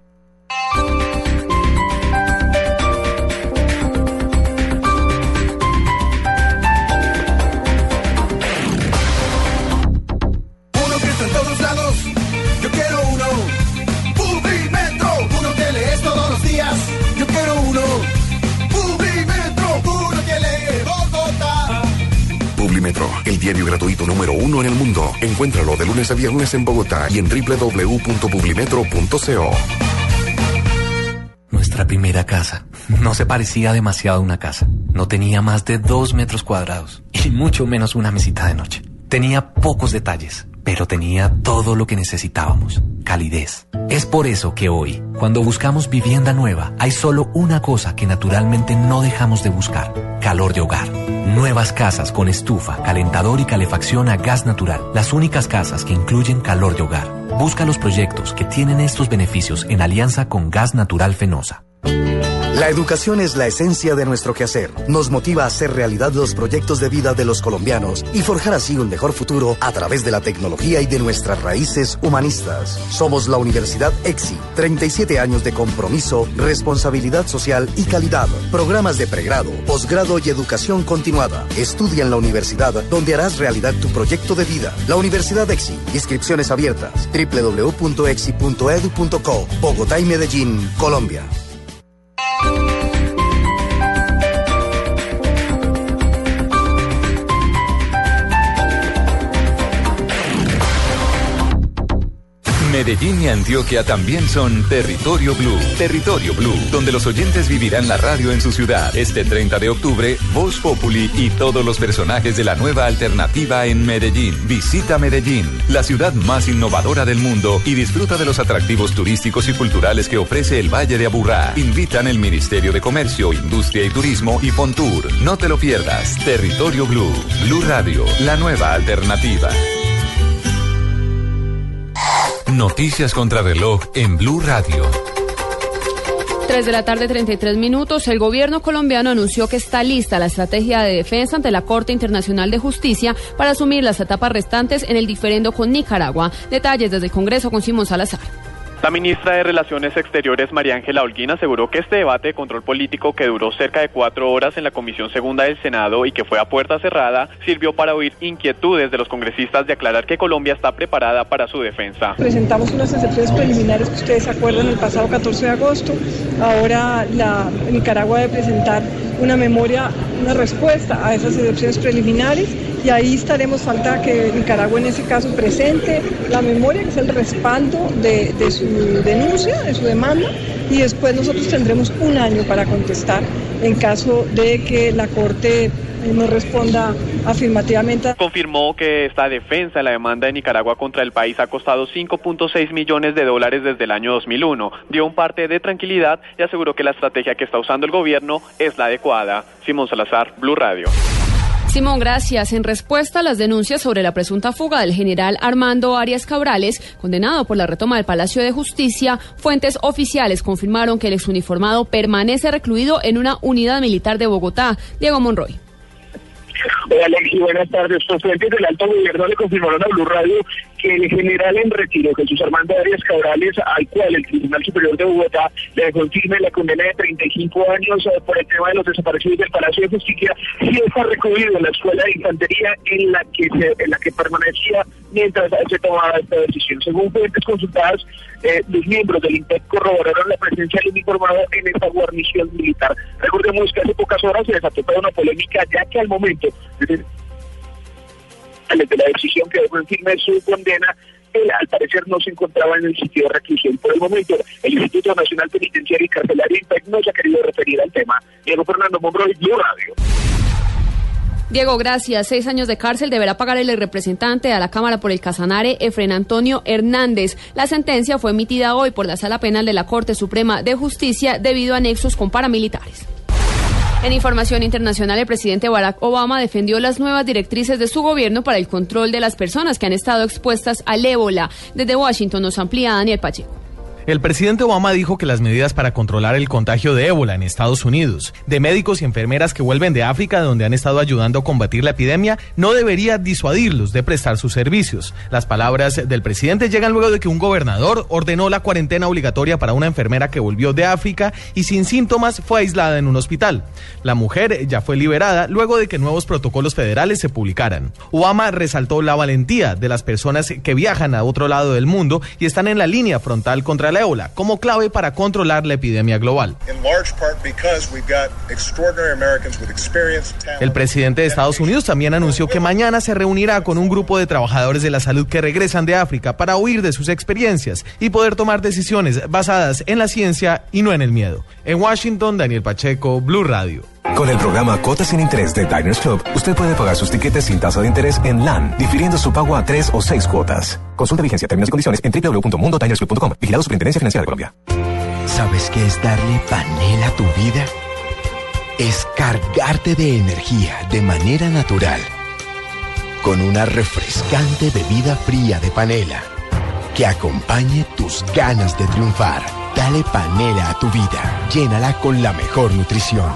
Metro, el diario gratuito número 1 en el mundo. Encuéntralo de lunes a viernes en Bogotá y en www.publimetro.co. Nuestra primera casa no se parecía demasiado a una casa. No tenía más de 2 metros cuadrados y mucho menos una mesita de noche. Tenía pocos detalles, pero tenía todo lo que necesitábamos: calidez. Es por eso que hoy, cuando buscamos vivienda nueva, hay solo una cosa que naturalmente no dejamos de buscar: calor de hogar. Nuevas casas con estufa, calentador y calefacción a gas natural. Las únicas casas que incluyen calor de hogar. Busca los proyectos que tienen estos beneficios en alianza con Gas Natural Fenosa. La educación es la esencia de nuestro quehacer. Nos motiva a hacer realidad los proyectos de vida de los colombianos y forjar así un mejor futuro a través de la tecnología y de nuestras raíces humanistas. Somos la Universidad EXI. 37 años de compromiso, responsabilidad social y calidad. Programas de pregrado, posgrado y educación continuada. Estudia en la universidad donde harás realidad tu proyecto de vida. La Universidad EXI. Inscripciones abiertas. www.exi.edu.co. Bogotá y Medellín, Colombia. Medellín y Antioquia también son Territorio Blue. Territorio Blue, donde los oyentes vivirán la radio en su ciudad. Este 30 de octubre, Voz Populi y todos los personajes de la nueva alternativa en Medellín. Visita Medellín, la ciudad más innovadora del mundo, y disfruta de los atractivos turísticos y culturales que ofrece el Valle de Aburrá. Invitan el Ministerio de Comercio, Industria y Turismo y Fontur. No te lo pierdas. Territorio Blue. Blue Radio, la nueva alternativa. Noticias contra reloj en Blue Radio. 3 de la tarde, 33 minutos. El gobierno colombiano anunció que está lista la estrategia de defensa ante la Corte Internacional de Justicia para asumir las etapas restantes en el diferendo con Nicaragua. Detalles desde el Congreso con Simón Salazar. La ministra de Relaciones Exteriores, María Ángela Holguín, aseguró que este debate de control político, que duró cerca de 4 horas en la Comisión Segunda del Senado y que fue a puerta cerrada, sirvió para oír inquietudes de los congresistas de aclarar que Colombia está preparada para su defensa. Presentamos unas excepciones preliminares que ustedes se acuerdan el pasado 14 de agosto. Ahora Nicaragua debe presentar una memoria, una respuesta a esas excepciones preliminares, y ahí estaremos, falta que Nicaragua en ese caso presente la memoria, que es el respaldo de su denuncia, de su demanda, y después nosotros tendremos un año para contestar en caso de que la Corte no responda afirmativamente. Confirmó que esta defensa de la demanda de Nicaragua contra el país ha costado $5.6 millones desde el año 2001. Dio un parte de tranquilidad y aseguró que la estrategia que está usando el gobierno es la adecuada. Simón Salazar, Blue Radio. Simón, gracias. En respuesta a las denuncias sobre la presunta fuga del general Armando Arias Cabrales, condenado por la retoma del Palacio de Justicia, fuentes oficiales confirmaron que el exuniformado permanece recluido en una unidad militar de Bogotá. Diego Monroy. Hola, Alexi, buenas tardes. Los fuentes del alto gobierno le confirmaron a Blue Radio que el general en retiro, Jesús Armando Arias Cabrales, al cual el Tribunal Superior de Bogotá le dejó en firme la condena de 35 años por el tema de los desaparecidos del Palacio de Justicia, sí está recluido en la escuela de infantería en la que permanecía mientras se tomaba esta decisión. Según fuentes consultadas, los miembros del INPEC corroboraron la presencia del uniformado en esta guarnición militar. Recordemos que hace pocas horas se desató toda una polémica, ya que al momento de la decisión que dejó en firme su condena, él al parecer no se encontraba en el sitio de reclusión. Por el momento, el Instituto Nacional Penitenciario y Carcelario INPEC no se ha querido referir al tema. Diego Fernando Monroy, Blue Radio. Diego, gracias. 6 años de cárcel deberá pagar el representante a la Cámara por el Casanare, Efren Antonio Hernández. La sentencia fue emitida hoy por la Sala Penal de la Corte Suprema de Justicia debido a nexos con paramilitares. En información internacional, el presidente Barack Obama defendió las nuevas directrices de su gobierno para el control de las personas que han estado expuestas al ébola. Desde Washington nos amplía Daniel Pacheco. El presidente Obama dijo que las medidas para controlar el contagio de ébola en Estados Unidos, de médicos y enfermeras que vuelven de África, donde han estado ayudando a combatir la epidemia, no debería disuadirlos de prestar sus servicios. Las palabras del presidente llegan luego de que un gobernador ordenó la cuarentena obligatoria para una enfermera que volvió de África y sin síntomas fue aislada en un hospital. La mujer ya fue liberada luego de que nuevos protocolos federales se publicaran. Obama resaltó la valentía de las personas que viajan a otro lado del mundo y están en la línea frontal contra la ébola, como clave para controlar la epidemia global. El presidente de Estados Unidos también anunció que mañana se reunirá con un grupo de trabajadores de la salud que regresan de África para oír de sus experiencias y poder tomar decisiones basadas en la ciencia y no en el miedo. En Washington, Daniel Pacheco, Blue Radio. Con el programa Cuotas sin Interés de Diners Club, usted puede pagar sus tiquetes sin tasa de interés en LAN, difiriendo su pago a 3 o 6 cuotas. Consulta vigencia, términos y condiciones en www.mundodinersclub.com. Vigilado Superintendencia Financiera de Colombia. ¿Sabes qué es darle panela a tu vida? Es cargarte de energía de manera natural. Con una refrescante bebida fría de panela que acompañe tus ganas de triunfar. Dale panela a tu vida. Llénala con la mejor nutrición.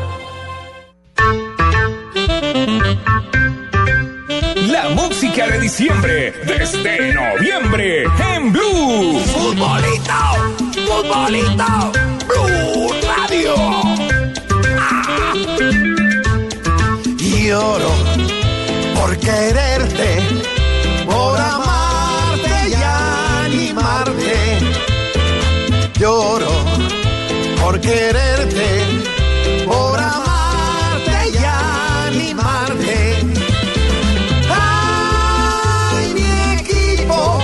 La música de diciembre desde noviembre en Blue. ¡Futbolito! ¡Futbolito! ¡Blue Radio! ¡Ah! Lloro por quererte, por amarte y animarte. Lloro por quererte, por amarte y animarte. ¡Ay, mi equipo!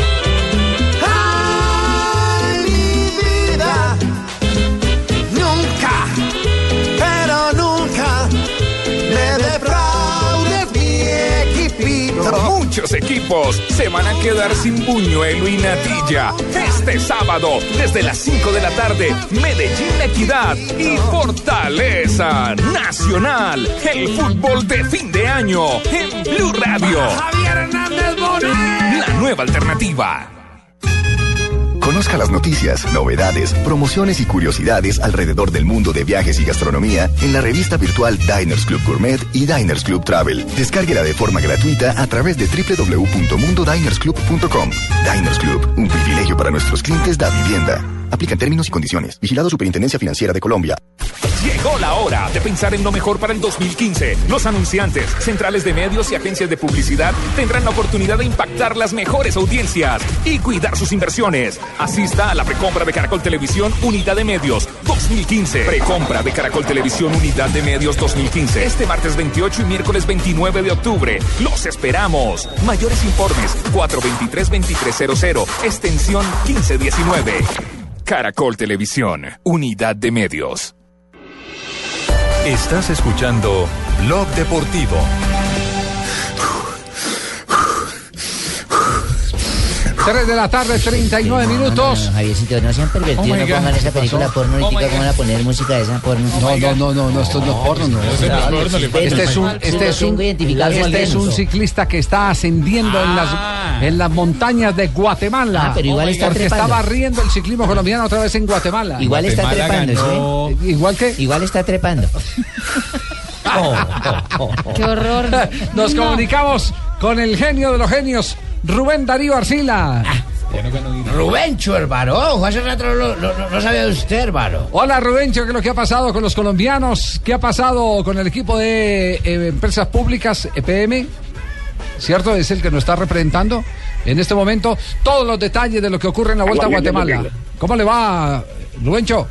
¡Ay, mi vida! Nunca, pero nunca me defraudes mi equipito. Muchos equipos se van a quedar sin buñuelo y natilla. Este sábado, desde las 5 de la tarde, Medellín Equidad y Fortaleza Nacional. El fútbol de fin de año en Blue Radio. Javier Hernández Bonet. La nueva alternativa. Conozca las noticias, novedades, promociones y curiosidades alrededor del mundo de viajes y gastronomía en la revista virtual Diners Club Gourmet y Diners Club Travel. Descárguela de forma gratuita a través de www.mundodinersclub.com. Diners Club, un privilegio para nuestros clientes da vivienda. Aplican términos y condiciones. Vigilado Superintendencia Financiera de Colombia. Llegó la hora de pensar en lo mejor para el 2015. Los anunciantes, centrales de medios y agencias de publicidad tendrán la oportunidad de impactar las mejores audiencias y cuidar sus inversiones. Asista a la precompra de Caracol Televisión Unidad de Medios 2015. Precompra de Caracol Televisión Unidad de Medios 2015. Este martes 28 y miércoles 29 de octubre. Los esperamos. Mayores informes 423-2300, extensión 1519. Caracol Televisión, Unidad de Medios. Estás escuchando Blog Deportivo. 3 de la tarde, 39 minutos. No, Javiercito, no sean pervertidos, no pongan esa película porno ahorita, ¿cómo van a poner música de esa porno? No, esto no es porno, no. Este es un ciclista que está ascendiendo en las montañas de Guatemala. Pero igual está porque trepando. está barriendo el ciclismo colombiano otra vez en Guatemala. Igual está trepando, ¿sí? ¿Igual qué? Igual está trepando. Qué horror. Nos comunicamos con el genio de los genios, Rubén Darío Arcila. Rubencho, hermano. Hace rato no sabía usted, hermano. Hola, Rubencho, ¿qué es lo que ha pasado con los colombianos? ¿Qué ha pasado con el equipo de Empresas Públicas, EPM? ¿Cierto? Es el que nos está representando en este momento. Todos los detalles de lo que ocurre en la Vuelta a Guatemala. ¿Cómo le va, Rubencho?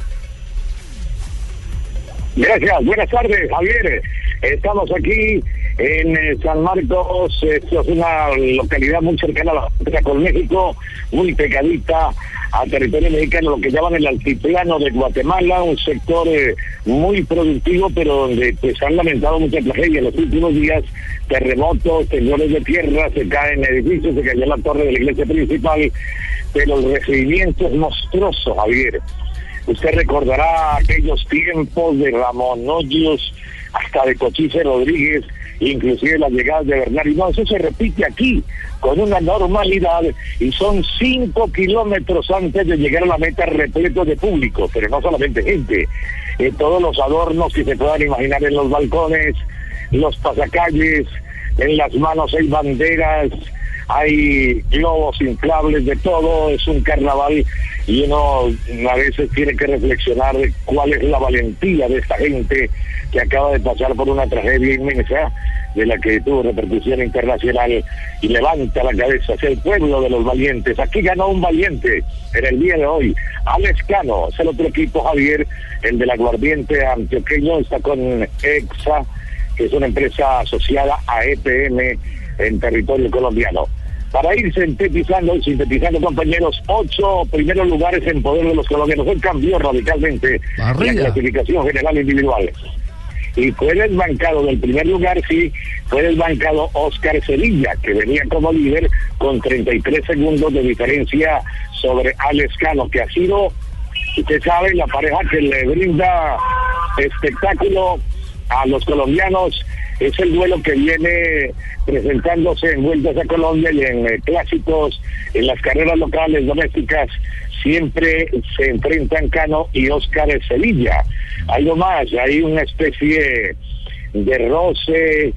Gracias, buenas tardes, Javier. Estamos aquí en San Marcos. Esto es una localidad muy cercana a la frontera con México, muy pegadita a territorio mexicano, lo que llaman el altiplano de Guatemala, un sector muy productivo, pero donde pues han lamentado mucha tragedia en los últimos días, terremotos, temblores de tierra, se caen edificios, se cayó la torre de la iglesia principal, pero el recibimiento es monstruoso, Javier. Usted recordará aquellos tiempos de Ramón Hoyos, hasta de Cochise Rodríguez, inclusive las llegadas de Bernard. Y no, eso se repite aquí, con una normalidad, y son 5 kilómetros antes de llegar a la meta repleto de público, pero no solamente gente, todos los adornos que se puedan imaginar en los balcones, los pasacalles, en las manos hay banderas, hay globos inflables, de todo. Es un carnaval y uno a veces tiene que reflexionar de cuál es la valentía de esta gente que acaba de pasar por una tragedia inmensa de la que tuvo repercusión internacional, y levanta la cabeza hacia el pueblo de los valientes. Aquí ganó un valiente en el día de hoy, Alex Cano. Es el otro equipo, Javier, el del aguardiente antioqueño, está con EXA, que es una empresa asociada a EPM en territorio colombiano. Para ir sintetizando, compañeros, 8 primeros lugares en poder de los colombianos. Él cambió radicalmente la clasificación general individual. Y fue desbancado del primer lugar, sí, fue desbancado Oscar Sevilla, que venía como líder con 33 segundos de diferencia sobre Alex Cano, que ha sido, usted sabe, la pareja que le brinda espectáculo a los colombianos. Es el duelo que viene presentándose en vueltas a Colombia y en clásicos, en las carreras locales, domésticas, siempre se enfrentan Cano y Oscar Sevilla. Algo más, hay una especie de roce,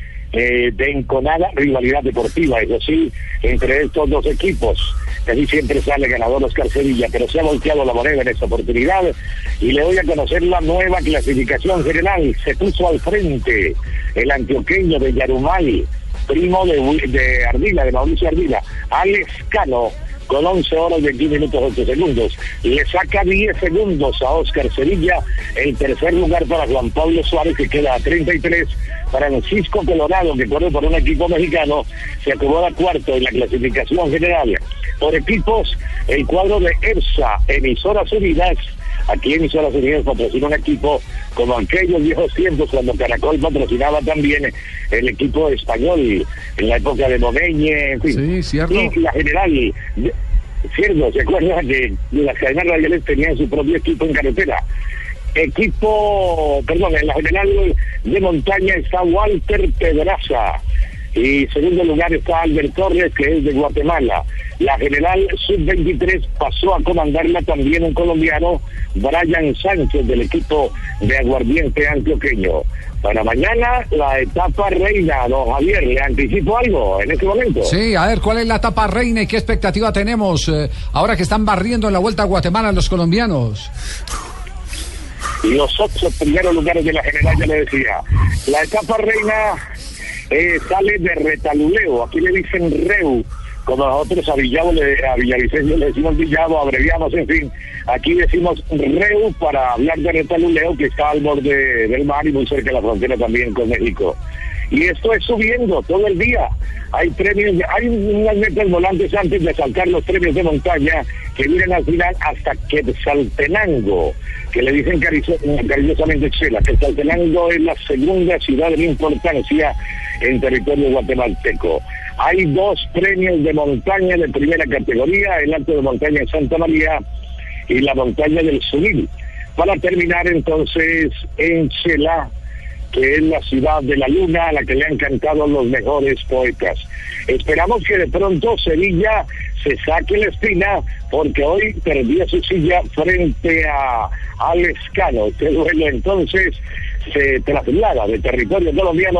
de enconada rivalidad deportiva, eso sí, entre estos dos equipos. Casi siempre sale ganador Oscar Sevilla, pero se ha volteado la moneda en esta oportunidad y le doy a conocer la nueva clasificación general. Se puso al frente el antioqueño de Yarumal, primo de Ardila, de Mauricio Ardila, Alex Cano, con 11 horas, 21 minutos, 8 segundos. Le saca 10 segundos a Oscar Sevilla. El tercer lugar para Juan Pablo Suárez, que queda a 33. Francisco Colorado, que corre por un equipo mexicano, se acomoda cuarto en la clasificación general. Por equipos, el cuadro de ERSA, Emisoras Unidas. Aquí Emisoras Unidas patrocina un equipo como aquellos viejos tiempos cuando Caracol patrocinaba también el equipo español en la época de Momeñe, en fin. Sí, cierto. Y la general, cierto, ¿se acuerdan que las cadenas radiales tenían su propio equipo en carretera? En la general de montaña está Walter Pedraza. Y segundo lugar está Albert Torres, que es de Guatemala. La general sub-23 pasó a comandarla también un colombiano, Brian Sánchez, del equipo de aguardiente antioqueño. Para mañana, la etapa reina, don Javier, ¿le anticipo algo en este momento? Sí, a ver, ¿cuál es la etapa reina y qué expectativa tenemos ahora que están barriendo en la Vuelta a Guatemala los colombianos? Y los 8 primeros lugares de la general, ya le decía. La etapa reina sale de Retaluleo, aquí le dicen Reu, como nosotros a Villavicencio le decimos Villavo, abreviamos, en fin, aquí decimos Reu para hablar de Retaluleo, que está al borde del mar y muy cerca de la frontera también con México. Y esto es subiendo todo el día. Hay premios, hay unas metas volantes antes de saltar los premios de montaña que vienen al final hasta Quetzaltenango, que le dicen cariñosamente Chela. Quetzaltenango es la segunda ciudad de importancia en territorio guatemalteco. Hay 2 premios de montaña de primera categoría, el Alto de Montaña en Santa María y la Montaña del Sunil. Para terminar entonces en Chela, que es la ciudad de la luna a la que le han cantado los mejores poetas. Esperamos que de pronto Sevilla se saque la espina, porque hoy perdió su silla frente a Alex Cano. Este duelo entonces se traslada de territorio colombiano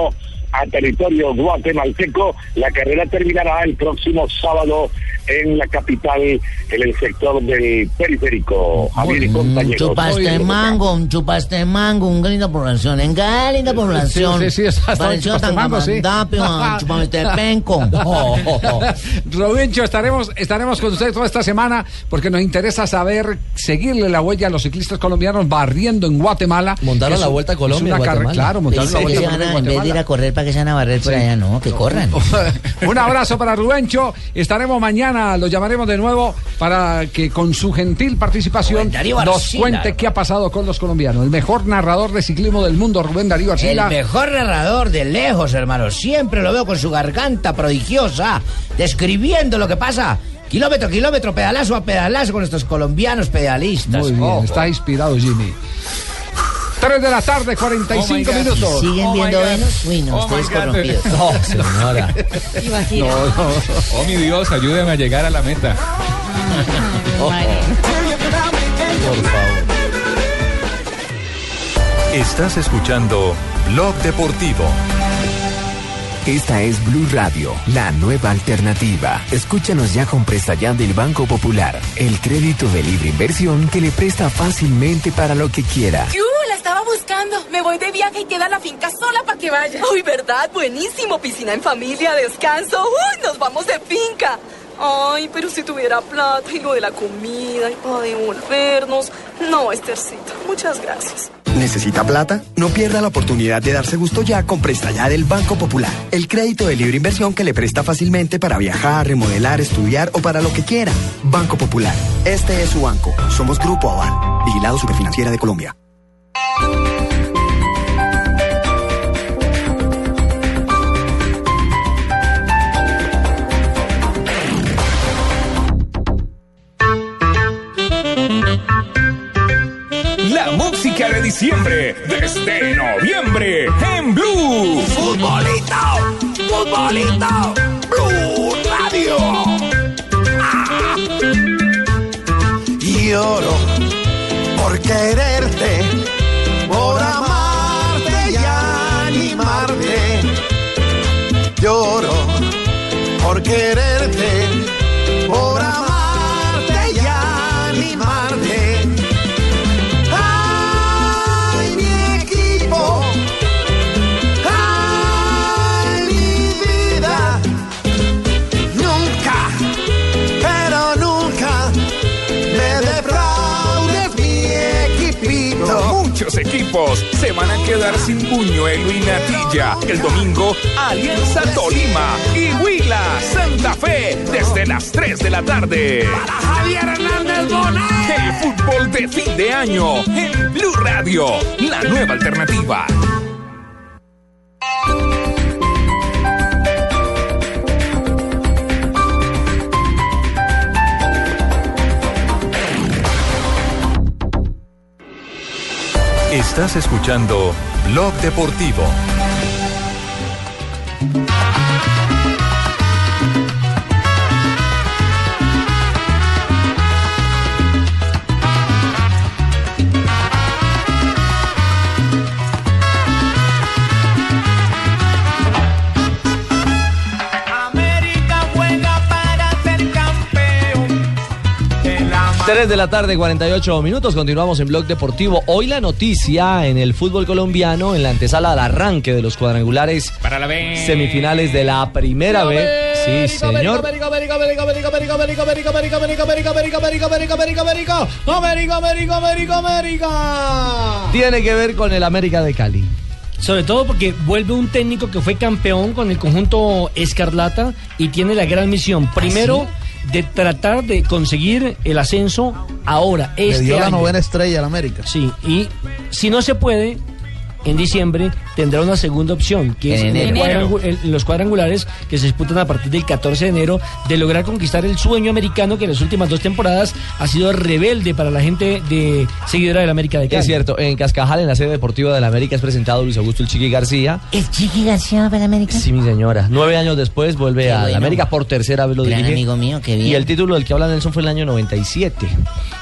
a territorio guatemalteco. La carrera terminará el próximo sábado en la capital, en el sector del periférico. Javier y compañeros. Chupaste mango, un linda población, linda población. Sí, pareció tan chupamete penco. Rubencho, estaremos con ustedes toda esta semana porque nos interesa saber, seguirle la huella a los ciclistas colombianos barriendo en Guatemala. Montaron la Vuelta a Colombia, claro, montaron la Vuelta a Colombia. En vez de ir a correr, ¿para que se van a barrer por allá? No, que corran. Un abrazo para Rubencho. Estaremos mañana, lo llamaremos de nuevo para que con su gentil participación nos cuente qué ha pasado con los colombianos. El mejor narrador de ciclismo del mundo, Rubén Darío Arcila. El mejor narrador de lejos, hermano. Siempre lo veo con su garganta prodigiosa, describiendo lo que pasa. Kilómetro a kilómetro, pedalazo a pedalazo con estos colombianos pedalistas. Muy bien, está inspirado Jimmy. 3 de la tarde, 45 minutos. ¿Siguen viendo Venus? Uy, no, ustedes corrompidos. No, señora. No. Oh, mi Dios, ayúdame a llegar a la meta. Por favor. Estás escuchando Blog Deportivo. Esta es Blue Radio, la nueva alternativa. Escúchanos ya con Presta Ya del Banco Popular, el crédito de libre inversión que le presta fácilmente para lo que quiera. La estaba buscando. Me voy de viaje y queda la finca sola para que vaya. Uy, ¿verdad? Buenísimo. Piscina en familia, descanso. Uy, nos vamos de finca. Ay, pero si tuviera plata y lo de la comida y para devolvernos. No, Estercita, muchas gracias. ¿Necesita plata? No pierda la oportunidad de darse gusto ya con Presta Ya del Banco Popular. El crédito de libre inversión que le presta fácilmente para viajar, remodelar, estudiar o para lo que quiera. Banco Popular. Este es su banco. Somos Grupo Aval. Vigilado Superfinanciera de Colombia. La música de diciembre, desde noviembre, en Blue. ¡Futbolito! ¡Blue Radio! ¡Ah! Lloro por quererte, por amarte y animarte. Lloro por quererte, por amarte y animarte. ¡Ay, mi equipo! ¡Ay, mi vida! Nunca, pero nunca me defraudes mi equipito. Muchos equipos se van a quedar sin Buñuelo y Natilla. El domingo, Alianza Tolima y Huila Santa Fe desde las 3 de la tarde. Para Javier Hernández Bonet. El fútbol de fin de año en Blue Radio, la nueva alternativa. Estás escuchando Blog Deportivo. América juega para ser campeón. 3 de la tarde, 48 minutos. Continuamos en Blog Deportivo. Hoy la noticia en el fútbol colombiano, en la antesala del arranque de los cuadrangulares para la B. Semifinales de la primera B. Sí, señor. Tiene que ver con el América de Cali. Sobre todo porque vuelve un técnico que fue campeón con el conjunto Escarlata y tiene la gran misión. Primero, de tratar de conseguir el ascenso ahora. Le dio la novena estrella al América. Sí, y si no se puede, en diciembre tendrá una segunda opción, que es en los cuadrangulares que se disputan a partir del 14 de enero, de lograr conquistar el sueño americano que en las últimas 2 temporadas ha sido rebelde para la gente de seguidora del América de Cali. Es cierto, en Cascajal, en la sede deportiva del América, es presentado Luis Augusto el Chiqui García. ¿El Chiqui García va para América? Sí, mi señora. 9 años después vuelve a la América, por tercera vez lo dirige. Gran amigo mío, qué bien. Y el título del que habla Nelson fue el año 97.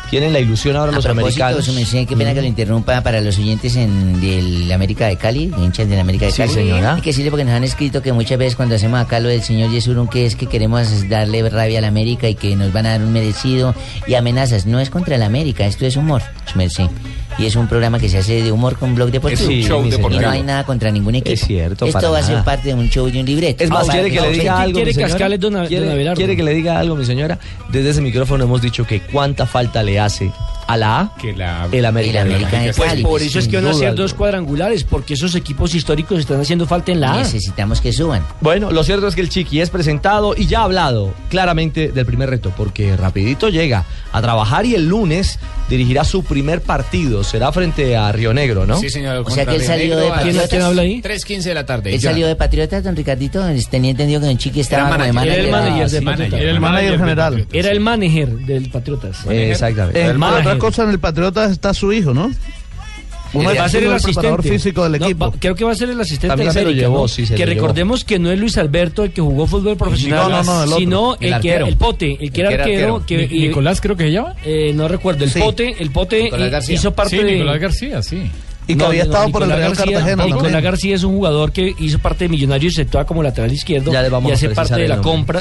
tienen la ilusión ahora los americanos. Su merced, qué pena que lo interrumpa para los oyentes del América de Cali, hinchas del América de Cali. Sí, señora. Hay que decirle porque nos han escrito que muchas veces cuando hacemos acá lo del señor Yesurún, que es que queremos darle rabia a la América y que nos van a dar un merecido y amenazas. No es contra la América, esto es humor, su merced. Y es un programa que se hace de humor con Blog Deportivo. Es un show deportivo. Y no hay nada contra ningún equipo. Es cierto. Esto va a ser parte de un show de un libreto. Es más, ¿quiere que le diga algo, mi señora? ¿Quiere que le diga algo, mi señora? Desde ese micrófono hemos dicho que cuánta falta le hace a la A que el América de Cali. Pues por eso es que van a hacer 2 cuadrangulares, porque esos equipos históricos están haciendo falta en la A. Necesitamos que suban. Bueno, lo cierto es que el Chiqui es presentado y ya ha hablado claramente del primer reto, porque rapidito llega a trabajar y el lunes dirigirá su primer partido. Será frente a Río Negro, ¿no? Sí, señor. O sea que él salió de Patriotas. ¿Quién habla ahí? 3:15 de la tarde. Él salió de Patriotas, don Ricardito. Tenía entendido que don Chiqui estaba como de manager. Era el manager de Patriotas. Era el manager general. Era el manager del Patriotas. Exactamente. Otra cosa, en el Patriotas está su hijo, ¿no? Va a ser el preparador asistente físico del equipo. Creo que va a ser el asistente También de se lo América, llevó, ¿no? sí, se que lo recordemos que no es Luis Alberto el que jugó fútbol profesional, sino el que era el Pote, el que era arquero. Nicolás creo que se llama. No recuerdo, el Pote hizo parte de... Nicolás García, sí. Y que había estado por el Real Cartagena. Nicolás García es un jugador que hizo parte de Millonarios y se actúa como lateral izquierdo y hace parte de la compra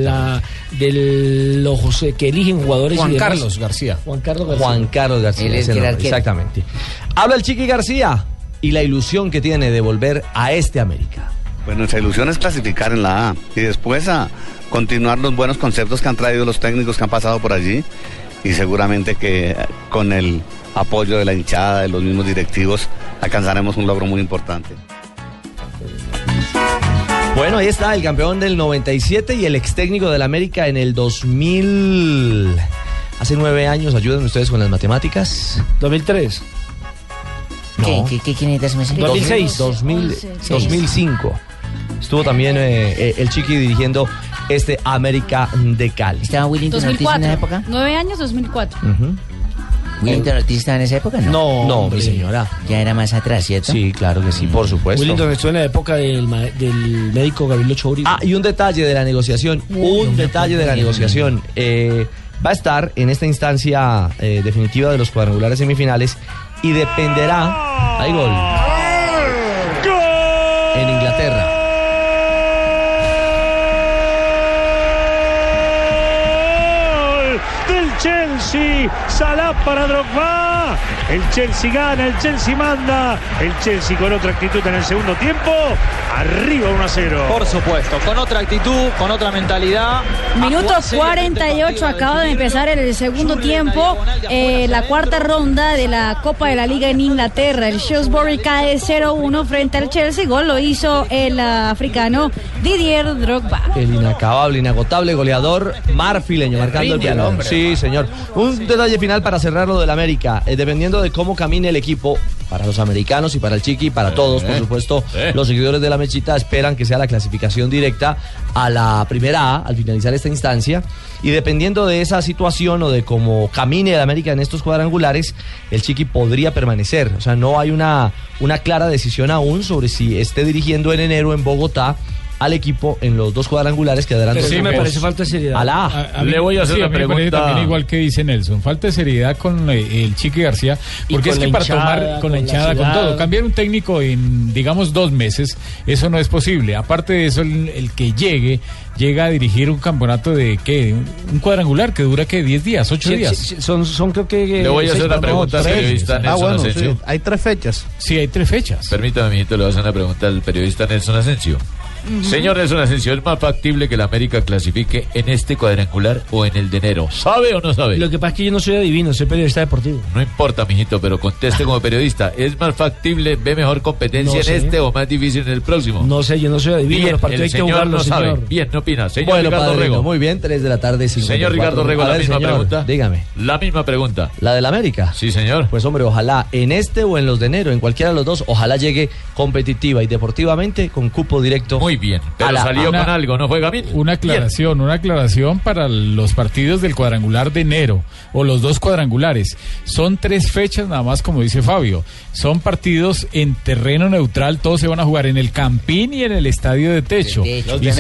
de los que eligen jugadores. Juan Carlos García. Juan Carlos García. Exactamente. Habla el Chiqui García y la ilusión que tiene de volver a este América. Bueno, nuestra ilusión es clasificar en la A y después a continuar los buenos conceptos que han traído los técnicos que han pasado por allí y seguramente que con el apoyo de la hinchada, de los mismos directivos, alcanzaremos un logro muy importante. Bueno, ahí está el campeón del 97 y el ex técnico del América en el 2000. Hace 9 años, ayuden ustedes con las matemáticas. 2003. No. ¿Qué necesitas? 2006. 2005. Estuvo también el Chiqui dirigiendo este América de Cali. ¿Estaba Willington Ortiz en esa época? 9 años, 2004. ¿Willington Ortiz estaba en esa época? No, mi señora. Ya era más atrás, ¿cierto? Sí, claro que sí, por supuesto. Willington estuvo en la época del médico Gabriel Ochoa Uribe. Y un detalle de la negociación. Va a estar en esta instancia definitiva de los cuadrangulares semifinales y dependerá. Hay gol. En Inglaterra. Chelsea, Salah para Drogba, el Chelsea gana, el Chelsea manda, el Chelsea con otra actitud en el segundo tiempo, arriba 1-0. Por supuesto, con otra actitud, con otra mentalidad. Minuto 48, acaba de empezar el segundo tiempo, la cuarta ronda de la Copa de la Liga en Inglaterra. El Shrewsbury cae 0-1 frente al Chelsea, gol lo hizo el africano Didier Drogba. El inacabable, inagotable goleador marfileño, marcando el primer. Sí, señor. Un detalle final para cerrar lo del América. Dependiendo de cómo camine el equipo, para los americanos y para el Chiqui y para todos, por supuesto, los seguidores de la Mechita esperan que sea la clasificación directa a la primera A al finalizar esta instancia. Y dependiendo de esa situación o de cómo camine el América en estos cuadrangulares, el Chiqui podría permanecer. O sea, no hay una clara decisión aún sobre si esté dirigiendo en enero en Bogotá al equipo en los 2 cuadrangulares que adelantan. Sí, me parece falta de seriedad. A la A. Le voy a hacer una pregunta. También igual que dice Nelson, falta de seriedad con el Chiqui García, porque es que para tomar con la hinchada, con todo, cambiar un técnico en, digamos, 2 meses, eso no es posible. Aparte de eso, el que llega a dirigir un campeonato de, ¿qué? Un cuadrangular que dura, ¿qué? 10 días, 8 días. Sí, son creo que... Le voy a hacer una pregunta al periodista Nelson Asensio. Sí, hay 3 fechas. Sí, hay 3 fechas. Permítame, mijito, le voy a hacer una pregunta al periodista Nelson Asensio. Señor Nelson Asensio, ¿es más factible que la América clasifique en este cuadrangular o en el de enero? ¿Sabe o no sabe? Lo que pasa es que yo no soy adivino, soy periodista deportivo. No importa, mijito, pero conteste como periodista. ¿Es más factible, ve mejor competencia en este o más difícil en el próximo? No sé, yo no soy adivino. Bien, los partidos hay que jugarlos, no sabe. señor. Bien, no opina. Señor Bueno, Ricardo padrino, Rego. muy bien, 3 de la tarde, 54. Señor Ricardo Rego, la misma pregunta. Dígame. La misma pregunta. ¿La del América? Sí, señor. Pues hombre, ojalá en este o en los de enero, en cualquiera de los 2, ojalá llegue competitiva y deportivamente con cupo directo. Muy bien, pero salió con algo, ¿no fue, Gamín? Una aclaración para los partidos del cuadrangular de enero o los 2 cuadrangulares. Son 3 fechas nada más, como dice Fabio. Son partidos en terreno neutral, todos se van a jugar en el Campín y en el Estadio de Techo. Los de enero.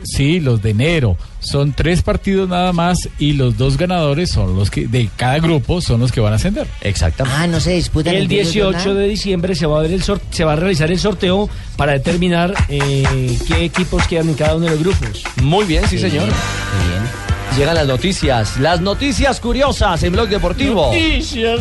Sí, los de enero. Son 3 partidos nada más y los 2 ganadores son los que de cada grupo son los que van a ascender. Exactamente. Ah, no se disputan. El 18 de diciembre se va a realizar el sorteo para determinar qué equipos quedan en cada uno de los grupos. Muy bien, sí, señor. Muy bien. Llegan las noticias curiosas en Blog Deportivo. Noticias.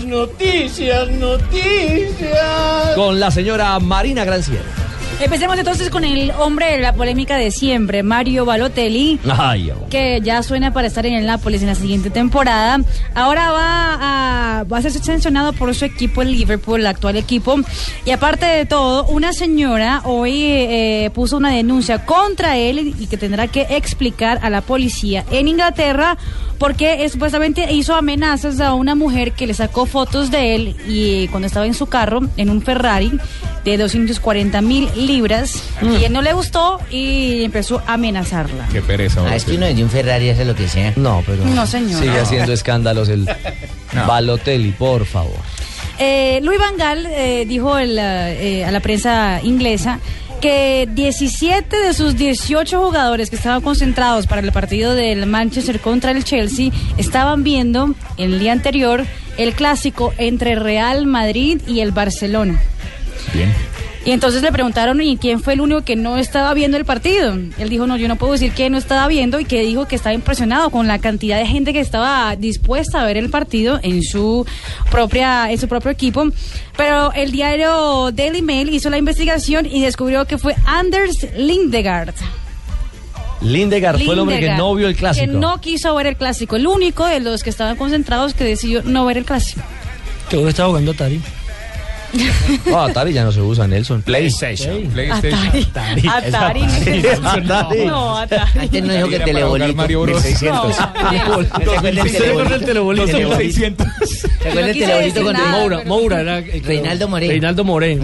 Con la señora Marina Granciera. Empecemos entonces con el hombre de la polémica de siempre, Mario Balotelli, que ya suena para estar en el Nápoles en la siguiente temporada. Ahora va a ser sancionado por su equipo, el Liverpool, el actual equipo. Y aparte de todo, una señora hoy puso una denuncia contra él y que tendrá que explicar a la policía en Inglaterra porque supuestamente hizo amenazas a una mujer que le sacó fotos de él y cuando estaba en su carro, en un Ferrari de 240,000 libras, y él no le gustó y empezó a amenazarla. Qué pereza. Es que uno de un Ferrari hace lo que sea. No, pero no, señor. Sigue haciendo escándalos el Balotelli, por favor. Louis van Gaal dijo a la prensa inglesa que 17 de sus 18 jugadores que estaban concentrados para el partido del Manchester contra el Chelsea estaban viendo el día anterior el clásico entre Real Madrid y el Barcelona. Bien. Y entonces le preguntaron, ¿y quién fue el único que no estaba viendo el partido? Él dijo, no, yo no puedo decir que no estaba viendo, y que dijo que estaba impresionado con la cantidad de gente que estaba dispuesta a ver el partido en su propio equipo. Pero el diario Daily Mail hizo la investigación y descubrió que fue Anders Lindegaard. Lindegaard fue el hombre que no vio el clásico. Que no quiso ver el clásico. El único de los que estaban concentrados que decidió no ver el clásico. Que uno estaba jugando Atari. Atari ya no se usa, Nelson. PlayStation. Atari. No, Atari. Antes no dijo que telebolito. Mario Bros. 1600. ¿Se acuerda el telebolito? 600. ¿Se acuerda el telebolito con Moura era Reinaldo Moré?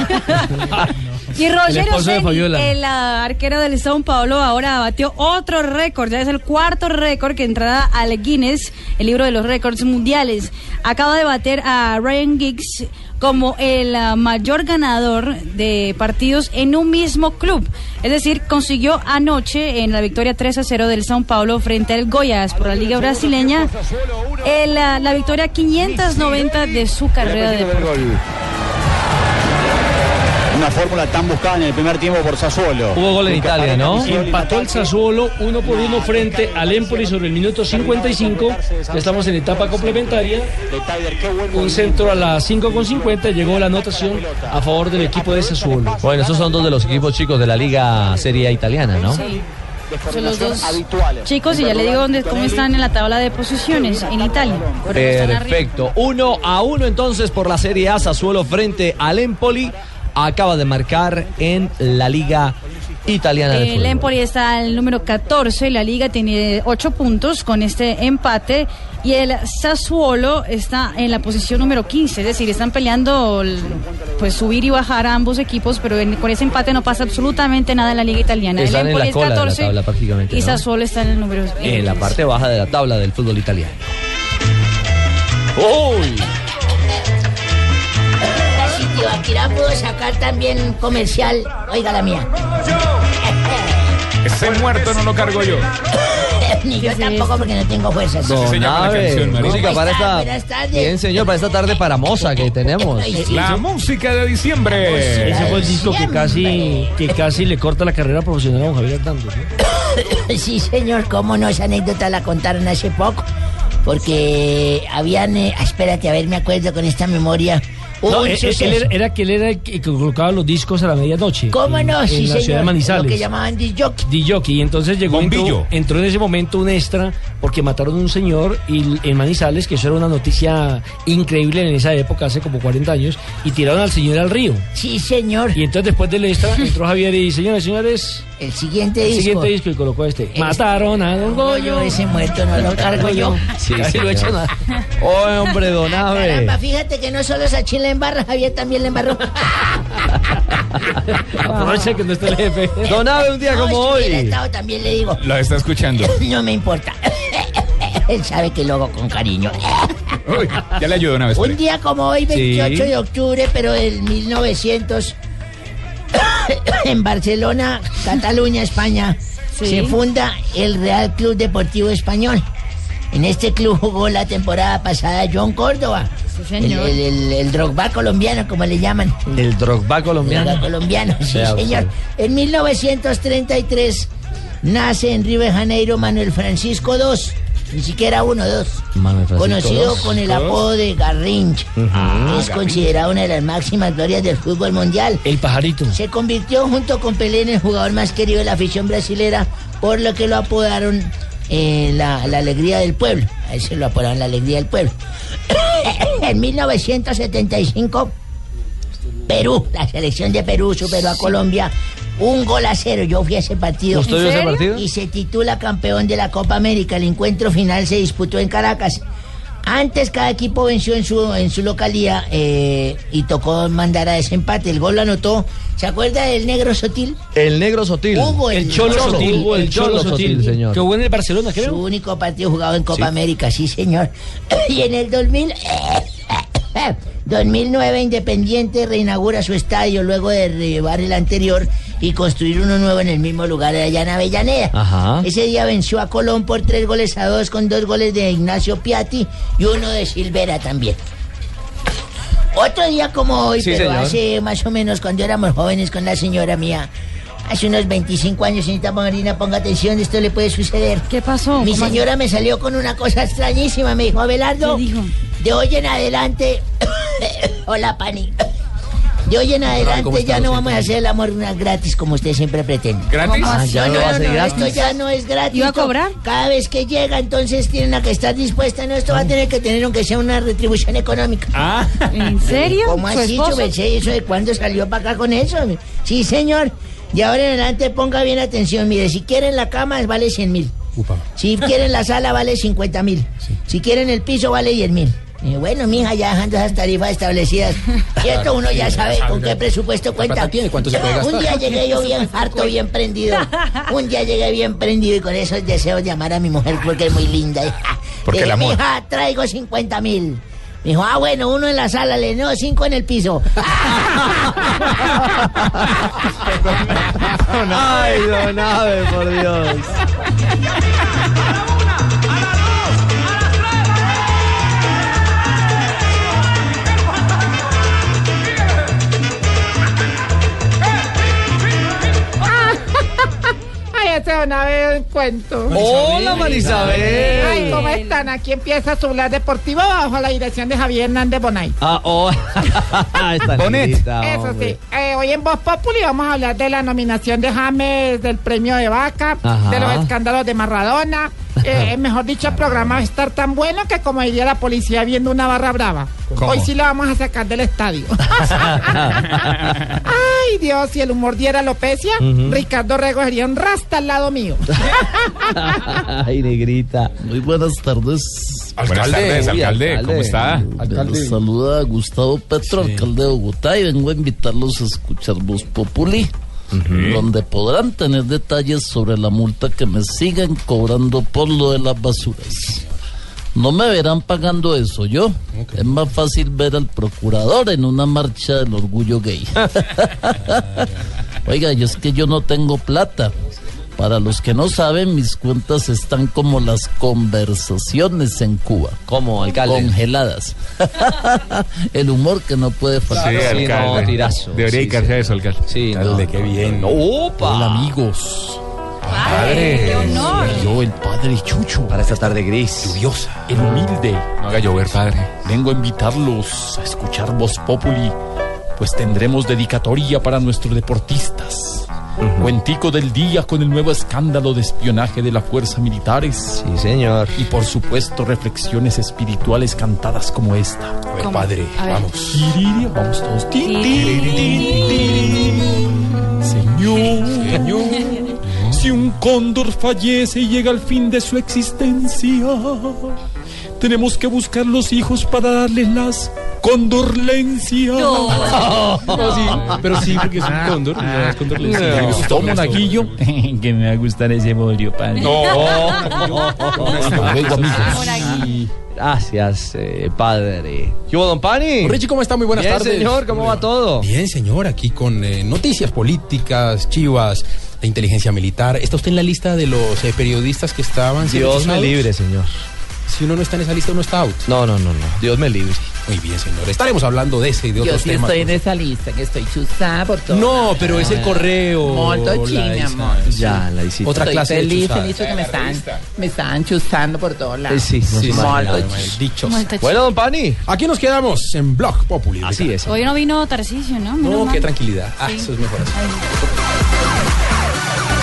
Y Roger Oseni, el arquero del São Paulo, ahora batió otro récord. Ya es el 4º récord que entrará al Guinness, el libro de los récords mundiales. Acaba de bater a Ryan Giggs como el mayor ganador de partidos en un mismo club. Es decir, consiguió anoche en la victoria 3-0 del São Paulo frente al Goiás por la Liga Brasileña la victoria 590 de su carrera deportiva. Una fórmula tan buscada en el primer tiempo por Sassuolo. Hubo gol en Italia, ¿no? Empató el Sassuolo 1-1 frente al Empoli sobre el minuto 55. Ya estamos en etapa complementaria. Un centro a las 5:50. Llegó la anotación a favor del equipo de Sassuolo. Bueno, esos son dos de los equipos chicos de la Liga Serie A italiana, ¿no? Sí. Son los dos chicos, y ya le digo cómo están en la tabla de posiciones enItalia. Perfecto. 1-1 entonces por la Serie A. Sassuolo frente al Empoli. Acaba de marcar en la Liga Italiana de fútbol. El Empoli está al número 14, la Liga tiene 8 puntos con este empate, y el Sassuolo está en la posición número 15, es decir, están peleando pues subir y bajar a ambos equipos, pero con ese empate no pasa absolutamente nada en la Liga Italiana. Están el Empoli en la cola es 14 de la tabla prácticamente, y Sassuolo está en el número en la parte baja de la tabla del fútbol italiano. ¡Uy! Akira pudo sacar también comercial. Oiga la mía. Ese muerto no lo cargo yo. Ni yo tampoco, porque no tengo fuerzas. Música para esta. Bien, señor, para esta tarde paramosa que tenemos. La música de diciembre. Ese fue el disco que casi le corta la carrera profesional a don Javier Hernández, ¿no? Sí, señor, cómo no, esa anécdota la contaron hace poco. Porque habían. Espérate, a ver, me acuerdo con esta memoria. No, él era el que colocaba los discos a la medianoche. ¿Cómo no? En Sí, la señor. ciudad de Manizales. Lo que llamaban disc-jockey. Y entonces entró en ese momento un extra porque mataron a un señor en Manizales, que eso era una noticia increíble en esa época, hace como 40 años, y tiraron al señor al río. Sí, señor. Y entonces después del extra entró Javier y señores, el siguiente disco y colocó mataron a Don Goyo. Ese muerto no lo cargo yo. Sí, Casi lo he hecho nada. Oh, hombre, Don Abe. Caramba, fíjate que no solo Sachin le embarra, Javier también le embarró. Aprovecha que no está el jefe. Don Abe, un día como hoy. Estado, también le digo. Lo está escuchando. No me importa. Él sabe que lo hago con cariño. Uy, ya le ayudo una vez. Un día como hoy, 28 de octubre, pero del 1900, en Barcelona, Cataluña, España, se funda el Real Club Deportivo Español. En este club jugó la temporada pasada John Córdoba. Sí, señor. El Drogba colombiano, como le llaman. El Drogba colombiano. El Drogba colombiano, sí, señor. En 1933 nace en Río de Janeiro Manuel Francisco II. Ni siquiera uno, dos. Conocido con el apodo de Garrincha. Es considerado una de las máximas glorias del fútbol mundial. El pajarito. Se convirtió junto con Pelé en el jugador más querido de la afición brasilera, por lo que lo apodaron la alegría del pueblo. A ese lo apodaron la alegría del pueblo. En 1975, Perú, la selección de Perú superó a Colombia 1-0. Yo fui a ese partido. ¿Usted vio ese partido? Y se titula campeón de la Copa América. El encuentro final se disputó en Caracas. Antes cada equipo venció en su localía y tocó mandar a desempate. El gol lo anotó. ¿Se acuerda del Negro Sotil? El Negro Sotil. Hugo, el Cholo Sotil. Hugo, el Cholo Sotil, señor. Que jugó en el Barcelona, creo. Su único partido jugado en Copa América, sí, señor. Y en el 2009 Independiente reinaugura su estadio luego de derribar el anterior y construir uno nuevo en el mismo lugar de allá en Avellaneda. Ajá. Ese día venció a Colón por 3-2 con 2 goles de Ignacio Piatti y uno de Silvera también. Otro día como hoy, Sí, pero señor. hace más o menos cuando éramos jóvenes con la señora mía, hace unos 25 años, señorita Marina, ponga atención, esto le puede suceder. ¿Qué pasó? Mi ¿Cómo señora me salió con una cosa extrañísima, me dijo, Abelardo, ¿Qué dijo? de hoy en adelante, hola Pani, de hoy en ¿cómo adelante está, ya no señorita? vamos a hacer el amor gratis como usted siempre pretende. ¿Gratis? ¿Cómo así? ya no va a ser gratis. Esto ya no es gratis. ¿Iba a cobrar? Cada vez que llega, entonces tienen que estar dispuesta. No, esto va a tener que tener aunque sea una retribución económica. Ah, ¿En serio? ¿Cómo ¿Su así, esposo? Chubetsé? ¿Eso de cuándo salió para acá con eso? Sí, señor. Y ahora en adelante ponga bien atención. Mire, si quieren la cama vale 100.000. Si quieren la sala vale 50.000. Si quieren el piso vale 10.000. Bueno, mija, ya dejando esas tarifas establecidas, ¿cierto? Uno ya sabe con qué presupuesto cuenta. ¿Tiene? ¿Cuánto se puede gastar? Un día llegué yo bien harto, bien prendido. Un día llegué bien prendido y con esos deseos de amar a mi mujer porque es muy linda. Porque el amor. Mija, traigo 50.000. Me dijo, bueno, uno en la sala, le no, 5 en el piso. Ay, don Abe, por Dios. Ay, ese don Abe cuento. Hola, Marisabel. Ay, ¿cómo están? Aquí empieza su Blog Deportivo bajo la dirección de Javier Hernández Bonay. Ah, oh. Está Bonet. lindita, Eso hombre. sí, hoy en Voz Populi vamos a hablar de la nominación de James, del premio de Vaca, Ajá. de los escándalos de Maradona. Mejor dicho, el programa va a estar tan bueno que, como diría la policía viendo una barra brava, ¿Cómo? hoy sí la vamos a sacar del estadio. Ay, Dios, si el humor diera alopecia, Ricardo Rego sería un rasta al lado mío. Ay, negrita. Muy buenas tardes. buenas tardes, alcalde. ¿Cómo está? Les saluda Gustavo Petro, alcalde de Bogotá, y vengo a invitarlos a escuchar Voz Populi, donde podrán tener detalles sobre la multa que me siguen cobrando por lo de las basuras. No me verán pagando eso, yo. Es más fácil ver al procurador en una marcha del orgullo gay. Oiga, yo es que yo no tengo plata. Para los que no saben, mis cuentas están como las conversaciones en Cuba. ¿Cómo, alcalde? Congeladas. El humor que no puede faltar. Sí, alcalde. no, tirazo. Debería Sí, dedicarse a eso, alcalde. Sí, Alcalde, qué bien. ¡Opa! Hola, amigos. ¡Padre, qué honor! Yo, el padre Chucho. Para esta tarde gris. Lluviosa. El humilde. No haga llover, padre. Vengo a invitarlos a escuchar Voz Populi, pues tendremos dedicatoria para nuestros deportistas. Cuentico del día con el nuevo escándalo de espionaje de la fuerza militares. Sí, señor. Y por supuesto reflexiones espirituales cantadas como esta. A ver, ¿Cómo? padre, A ver. vamos. Tiriria, vamos todos. Señor, si un cóndor fallece y llega al fin de su existencia, tenemos que buscar los hijos para darles las condorlencias. Pero sí, porque es un cóndor. ¿Te gustó, monaguillo? Que me va a gustar ese bodrio, padre. Luego, amigos. Gracias, padre. ¿Qué hubo, don Pani? Richie, ¿cómo está? Muy buenas Bien, tardes. señor, ¿cómo va todo? Bien, señor, aquí con noticias políticas, chivas, la inteligencia militar. ¿Está usted en la lista de los periodistas que estaban siendo Dios me acusados? libre, señor. Si uno no está en esa lista, uno está out. No. Dios me libre. Muy bien, señor. Estaremos hablando de ese y de otros temas. Yo sí estoy en esa lista, que estoy chuzada por todo. No, pero es el correo. Molto chi, mi amor. Ya, la hiciste. Otra Estoy clase de feliz, chuzada. feliz que me están chuzando por todos lados. Sí, Molto dichos. Bueno, don Pani. Aquí nos quedamos en Blog Populi. Así es. Hoy no vino Tarcisio, ¿no? Menos No, mal. qué tranquilidad. Sí. Eso es mejor así.